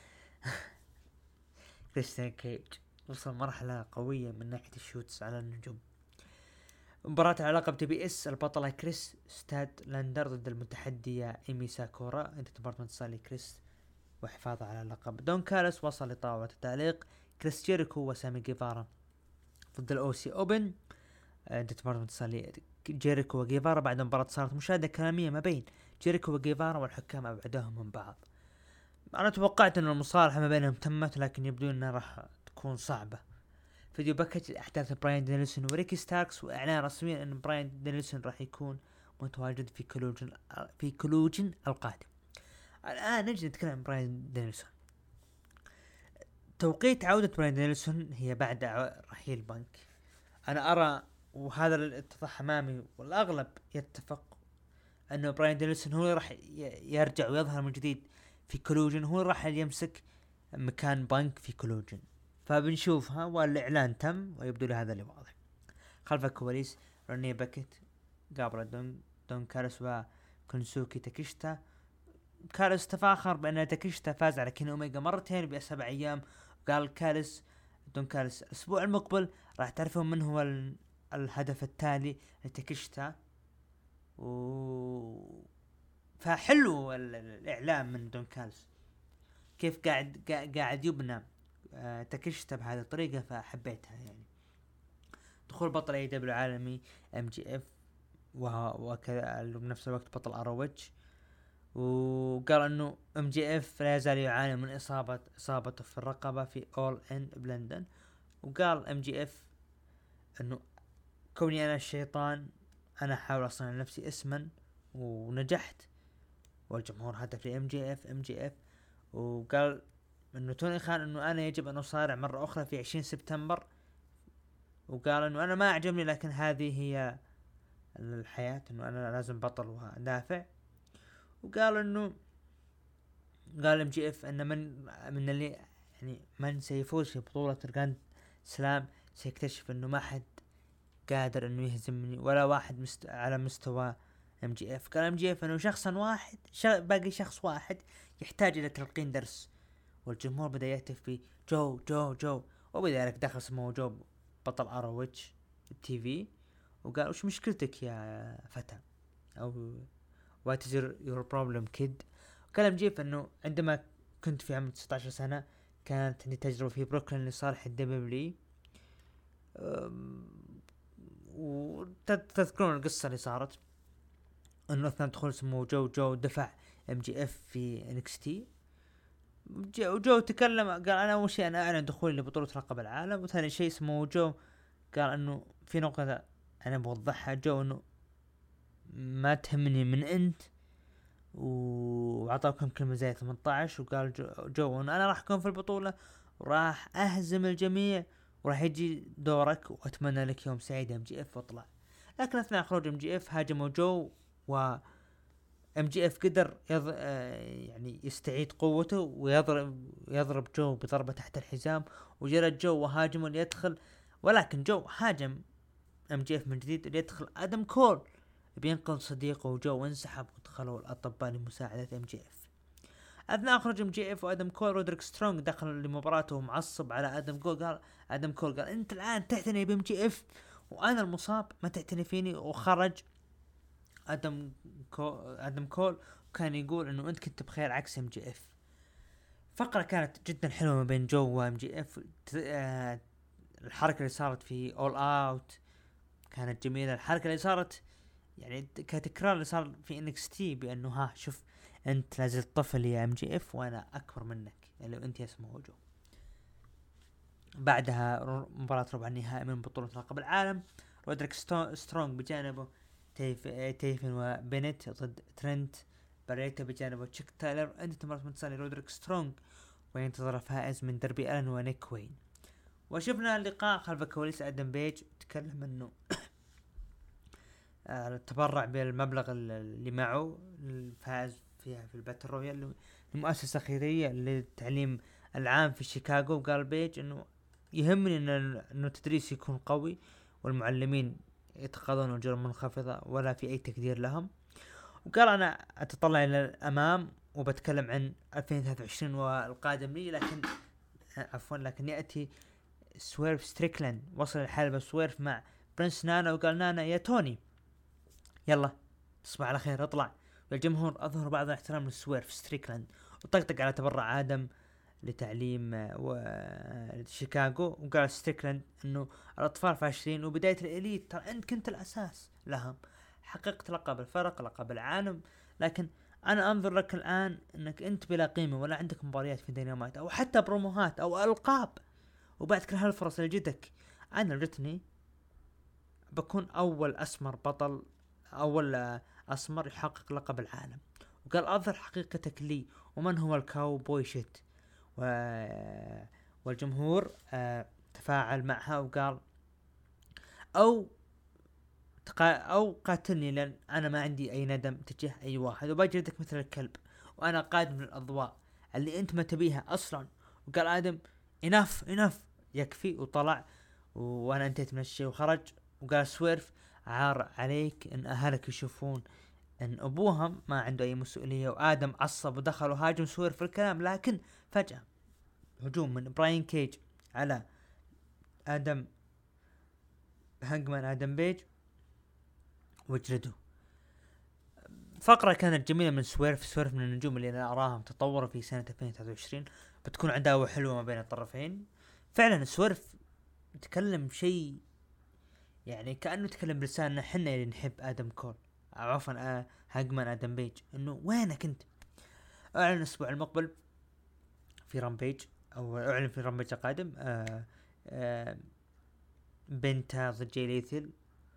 كريستيان كيج وصل مرحلة قوية من ناحية الشوتس على النجوم. مباراة على لقب تي بي اس، البطلة كريس ستاد لاندر ضد المتحدية ايمي ساكورا. انت تبارت انتصار لكريس وحفاظه على اللقب. دون كالس وصل لطاولة التعليق. كريس جيريكو وسامي جيفارا ضد الاو سي اوبن. انت تبارت انتصار لجيريكو وجيفارا بعد مباراة صارت مشاهدة كلامية ما بين جيريكو وجيفارا، والحكام ابعدوهم من بعض. انا توقعت ان المصالحة ما بينهم تمت، لكن يبدو انها راح تكون صعبة. فيديو باكج احداث براين دانيلسون وريكي ستاركس، واعلان رسميا ان براين دانيلسون راح يكون متواجد في كلوجن في كلوجن القادم. الان نجي نتكلم عن براين دانيلسون. توقيت عودة براين دانيلسون هي بعد رحيل بنك. انا ارى وهذا الاتضاح امامي والاغلب يتفق انه براين دانيلسون هو راح يرجع ويظهر من جديد في كلوجن، هو راح يمسك مكان بنك في كلوجن. فبنشوفها والاعلان تم ويبدو لي هذا اللي واضح. خلف الكواليس روني باكيت قابل دون دون كارس وكونسوكي تاكيشتا. كارس تفاخر بان تاكيشتا فاز على كين اوميجا مرتين بسبع ايام. قال كارس دون كارس الاسبوع المقبل راح تعرفون من هو الهدف التالي لتاكيشتا. و فحلو الاعلام من دون كارس كيف قاعد قاعد يبنى آه تاكيشتا بهذه الطريقة، فحبيتها يعني. دخول بطل اي دبليو عالمي ام جي اف وكذا بنفس الوقت بطل اروتش. وقال انه ام جي اف لا يزال يعاني من اصابة اصابته في الرقبة في اول ان بلندن. وقال ام جي اف انه كوني انا الشيطان انا احاول اصنع لنفسي اسما ونجحت، والجمهور هدف لام جي اف ام جي اف. وقال انه توني خان انه انا يجب ان اصارع مرة اخرى في عشرين سبتمبر. وقال انه انا ما اعجبني لكن هذه هي الحياة، انه انا لازم بطل ودافع. وقال انه قال ام جي اف ان من من اللي يعني من سيفوز في بطولة الجراند سلام سيكتشف انه ما حد قادر انه يهزمني ولا واحد مست... على مستوى ام جي اف. قال ام جي اف انه شخصا واحد ش... باقي شخص واحد يحتاج الى تلقين درس. والجمهور بدا يهتف في جو جو جو، وبذلك دخل سمو جو بطل اروتش التي في. وقال وش مشكلتك يا فتى او what is your, your problem kid. وقال ام جي اف انه عندما كنت في عمر تسعة عشر سنة كانت عندي تجربة في بروكلين لصالح الدبليو. وتذكرون القصة اللي صارت انه اثناء دخول سمو جو جو دفع ام جي اف في انكس تي. وجو تكلم قال انا اول شيء انا اعلن دخولي لبطولة لقب العالم، وثاني شيء سمو جو قال انه في نقطة انا بوضحها جو انه ما تهمني من انت، وعطاكم كلمة زي ثمانية عشر. وقال جو, جو انه انا راح اكون في البطولة وراح اهزم الجميع وراح يجي دورك واتمنى لك يوم سعيد ام جي اف. واطلع. لكن اثناء خروج ام جي اف هاجموا جو و ام جي اف قدر يض... آه يعني يستعيد قوته ويضرب يضرب جو بضربة تحت الحزام، وجرى جو وهاجمه ليدخل، ولكن جو هاجم ام جي اف من جديد ليدخل ادم كول بينقذ صديقه وجو، وانسحب ودخلوا الاطباء لمساعدة ام جي اف. اثناء خروج ام جي اف وادم كول، رودريك سترونج دخل لمباراته معصب على ادم كول. قال ادم كول قال انت الان تعتني بام جي اف وانا المصاب، ما تعتني فيني. وخرج ادم كول ادم كول كان يقول انه انت كنت بخير عكس ام جي اف. فقرة كانت جدا حلوة ما بين جو وام جي اف. آه الحركة اللي صارت في اول اوت كانت جميلة. الحركة اللي صارت يعني كتكرار اللي صار في انكس تي، بانه ها شوف انت لازلت طفل يا ام جي اف وانا اكبر منك، يعني انت اسمه جو. بعدها مباراة ربع النهائي من بطولة لقب العالم، رودريك سترونج بجانبه تيف تيفن وبنت ضد ترنت باريتا بجانبه تشيك تايلر. انت مرات متصالي رودريك سترونج وينتظر فائز من دربي ألن ونيك وين. وشفنا اللقاء خلف كواليس ادم بيج تكلم انه تبرع بالمبلغ اللي معه الفائز فيها في الباتل رويال لمؤسسة خيرية للتعليم العام في شيكاغو. وقال بيج انه يهمني انه التدريس يكون قوي والمعلمين يتقاضون اجور منخفضة ولا في اي تقدير لهم. وقال انا اتطلع الى الامام وبتكلم عن ألفين وثلاثة وعشرين والقادم لي، لكن عفوا لكن ياتي سويرف ستريكلاند. وصل الحلبة سويرف مع برنس نانا وقال نانا يا توني يلا تصبح على خير اطلع. والجمهور اظهر بعض الاحترام لسويرف ستريكلاند وطقطق على تبرع ادم لتعليم شيكاغو. وقال ستريكلاند انه الاطفال فاشلين وبداية الاليت ترى انت كنت الاساس لهم، حققت لقب الفرق لقب العالم، لكن انا انظر لك الان انك انت بلا قيمة ولا عندك مباريات في ديناميت او حتى بروموهات او القاب، وبعد كل هالفرص اللي جتك انا جتني بكون اول اسمر بطل اول اسمر يحقق لقب العالم. وقال اظهر حقيقتك لي ومن هو الكاوبوي شيت. و... والجمهور آه تفاعل معها وقال او تقا... او قاتلني لان انا ما عندي اي ندم تجاه اي واحد وبجلدك مثل الكلب وانا قادم للاضواء اللي انت ما تبيها اصلا. وقال ادم اناف اناف يكفي وطلع وانا انتهيت من الشيء وخرج. وقال سويرف عار عليك ان اهلك يشوفون ان ابوهم ما عنده اي مسؤولية. وادم عصب ودخل وهاجم سويرف في الكلام، لكن فجأة هجوم من براين كيج على ادم هانجمان ادم بيج وجلده. فقرة كانت جميلة من سويرف. سويرف من النجوم اللي انا اراهم تطوروا في سنة ألفين وثلاثة وعشرين، بتكون عداوة حلوة ما بين الطرفين. فعلا سويرف تكلم شيء يعني كأنه تكلم بلساننا حنا اللي نحب ادم كول عفوا آه هاجمان ادم بيج انه وينك انت. اعلن الاسبوع المقبل في رامبيج او اعلن في رامبيج القادم آه آه بنتا ضد جاي ليثل،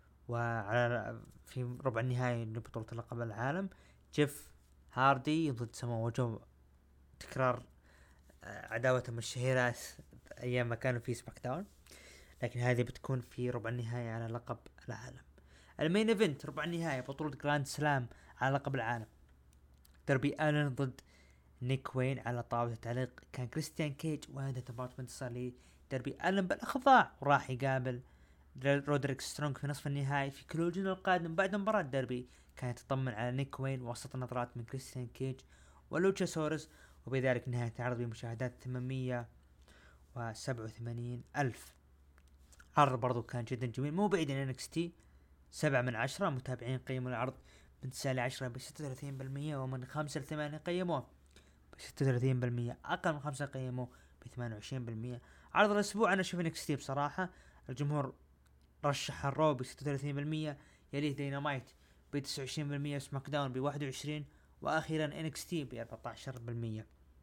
وعلى في ربع النهائي لبطولة لقب العالم جيف هاردي ضد سامو جو، تكرار آه عداوتهم الشهيرة ايام ما كانوا في سماك داون، لكن هذه بتكون في ربع النهائي على لقب العالم. المين ايفنت ربع النهائي بطولة جراند سلام على لقب العالم، دربي ألن ضد نيك وين. على طاولة التعليق كان كريستيان كيج وهذا تبارك بانتصار لي دربي ألن بالإخضاع، وراح يقابل رودريك سترونج في نصف النهائي في كلوجين القادم. بعد مباراة دربي كان يتطمن على نيك وين وسط نظرات من كريستيان كيج ولوتشا سورس، وبذلك نهاية العرض بمشاهدات ثمانمية وسبعة وثمانين ألف. عرض برضو كان جدا جميل مو بعيد عن إنكس تي. سبعة من عشرة متابعين قيموا العرض من تسعة لعشرة بستة وثلاثين بالمية، ومن خمسة لثمانية قيموه بستة وثلاثين بالمية، أقل من خمسة قيموه بثمانية وعشرين بالمية. عرض الأسبوع أنا أشوف إنكس تي بصراحة الجمهور رشح الرو بستة وثلاثين بالمية، يليه دينامايت بتسعة وعشرين بالمية، سماك داون بواحد وعشرين، وأخيرا إنكس تي بأربعة عشر بالمية.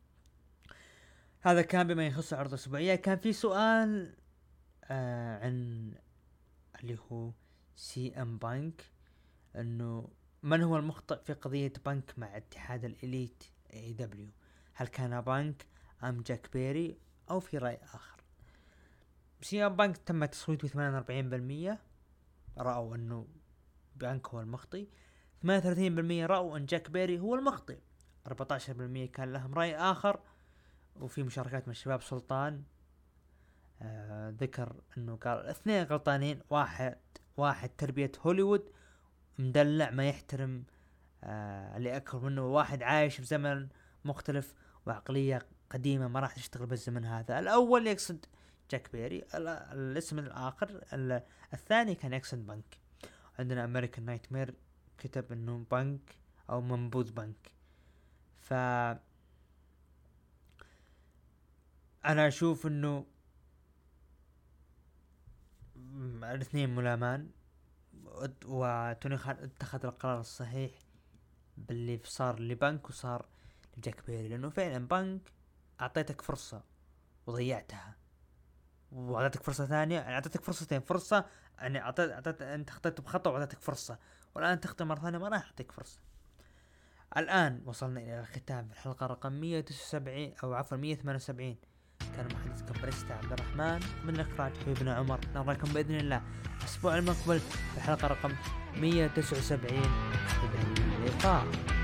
هذا كان بما يخص عرض الأسبوعية. كان في سؤال آه عن اللي هو سي ام بانك، انه من هو المخطئ في قضية بانك مع اتحاد الاليت اي دبليو؟ هل كان بانك ام جاك بيري او في رأي اخر؟ سي ام بانك تم تصويت ب ثمانية وأربعين بالمية رأوا انه بانك هو المخطئ، ثمانية وثلاثين بالمئة رأوا أن جاك بيري هو المخطئ، أربعة عشر بالمئة كان لهم رأي آخر. وفي مشاركات من الشباب سلطان آه ذكر أنه قال اثنين غلطانين، واحد واحد تربية هوليوود مدلع ما يحترم آه اللي أكبر منه، واحد عايش في زمن مختلف وعقلية قديمة ما راح تشتغل بالزمن هذا. الأول يقصد جاك بيري، الاسم الآخر الثاني كان يقصد بنك. عندنا أمريكان نايتمير كتب انه بنك او منبوذ بنك. ف انا اشوف انه الاثنين ملامان، وتوني خان اتخذ القرار الصحيح باللي صار لبنك وصار لجاك بيري، لانه فعلا بنك اعطيتك فرصة وضيعتها، واعطيتك فرصة ثانية، يعني اعطيتك فرصتين، فرصة يعني اعطيت اعطيت انت خطيت بخطأ واعطيتك فرصة، والان تخطئ مرة ثانية ما راح اعطيك فرصة. الان وصلنا الى ختام الحلقة رقم مية وتسعة وسبعين او عفوا مية وثمانية وسبعين. كان محدثكم بريستا عبد الرحمن من الاخراج حبيبنا عمر. نراكم باذن الله الاسبوع المقبل في الحلقة رقم مية وتسعة وسبعين. الى اللقاء.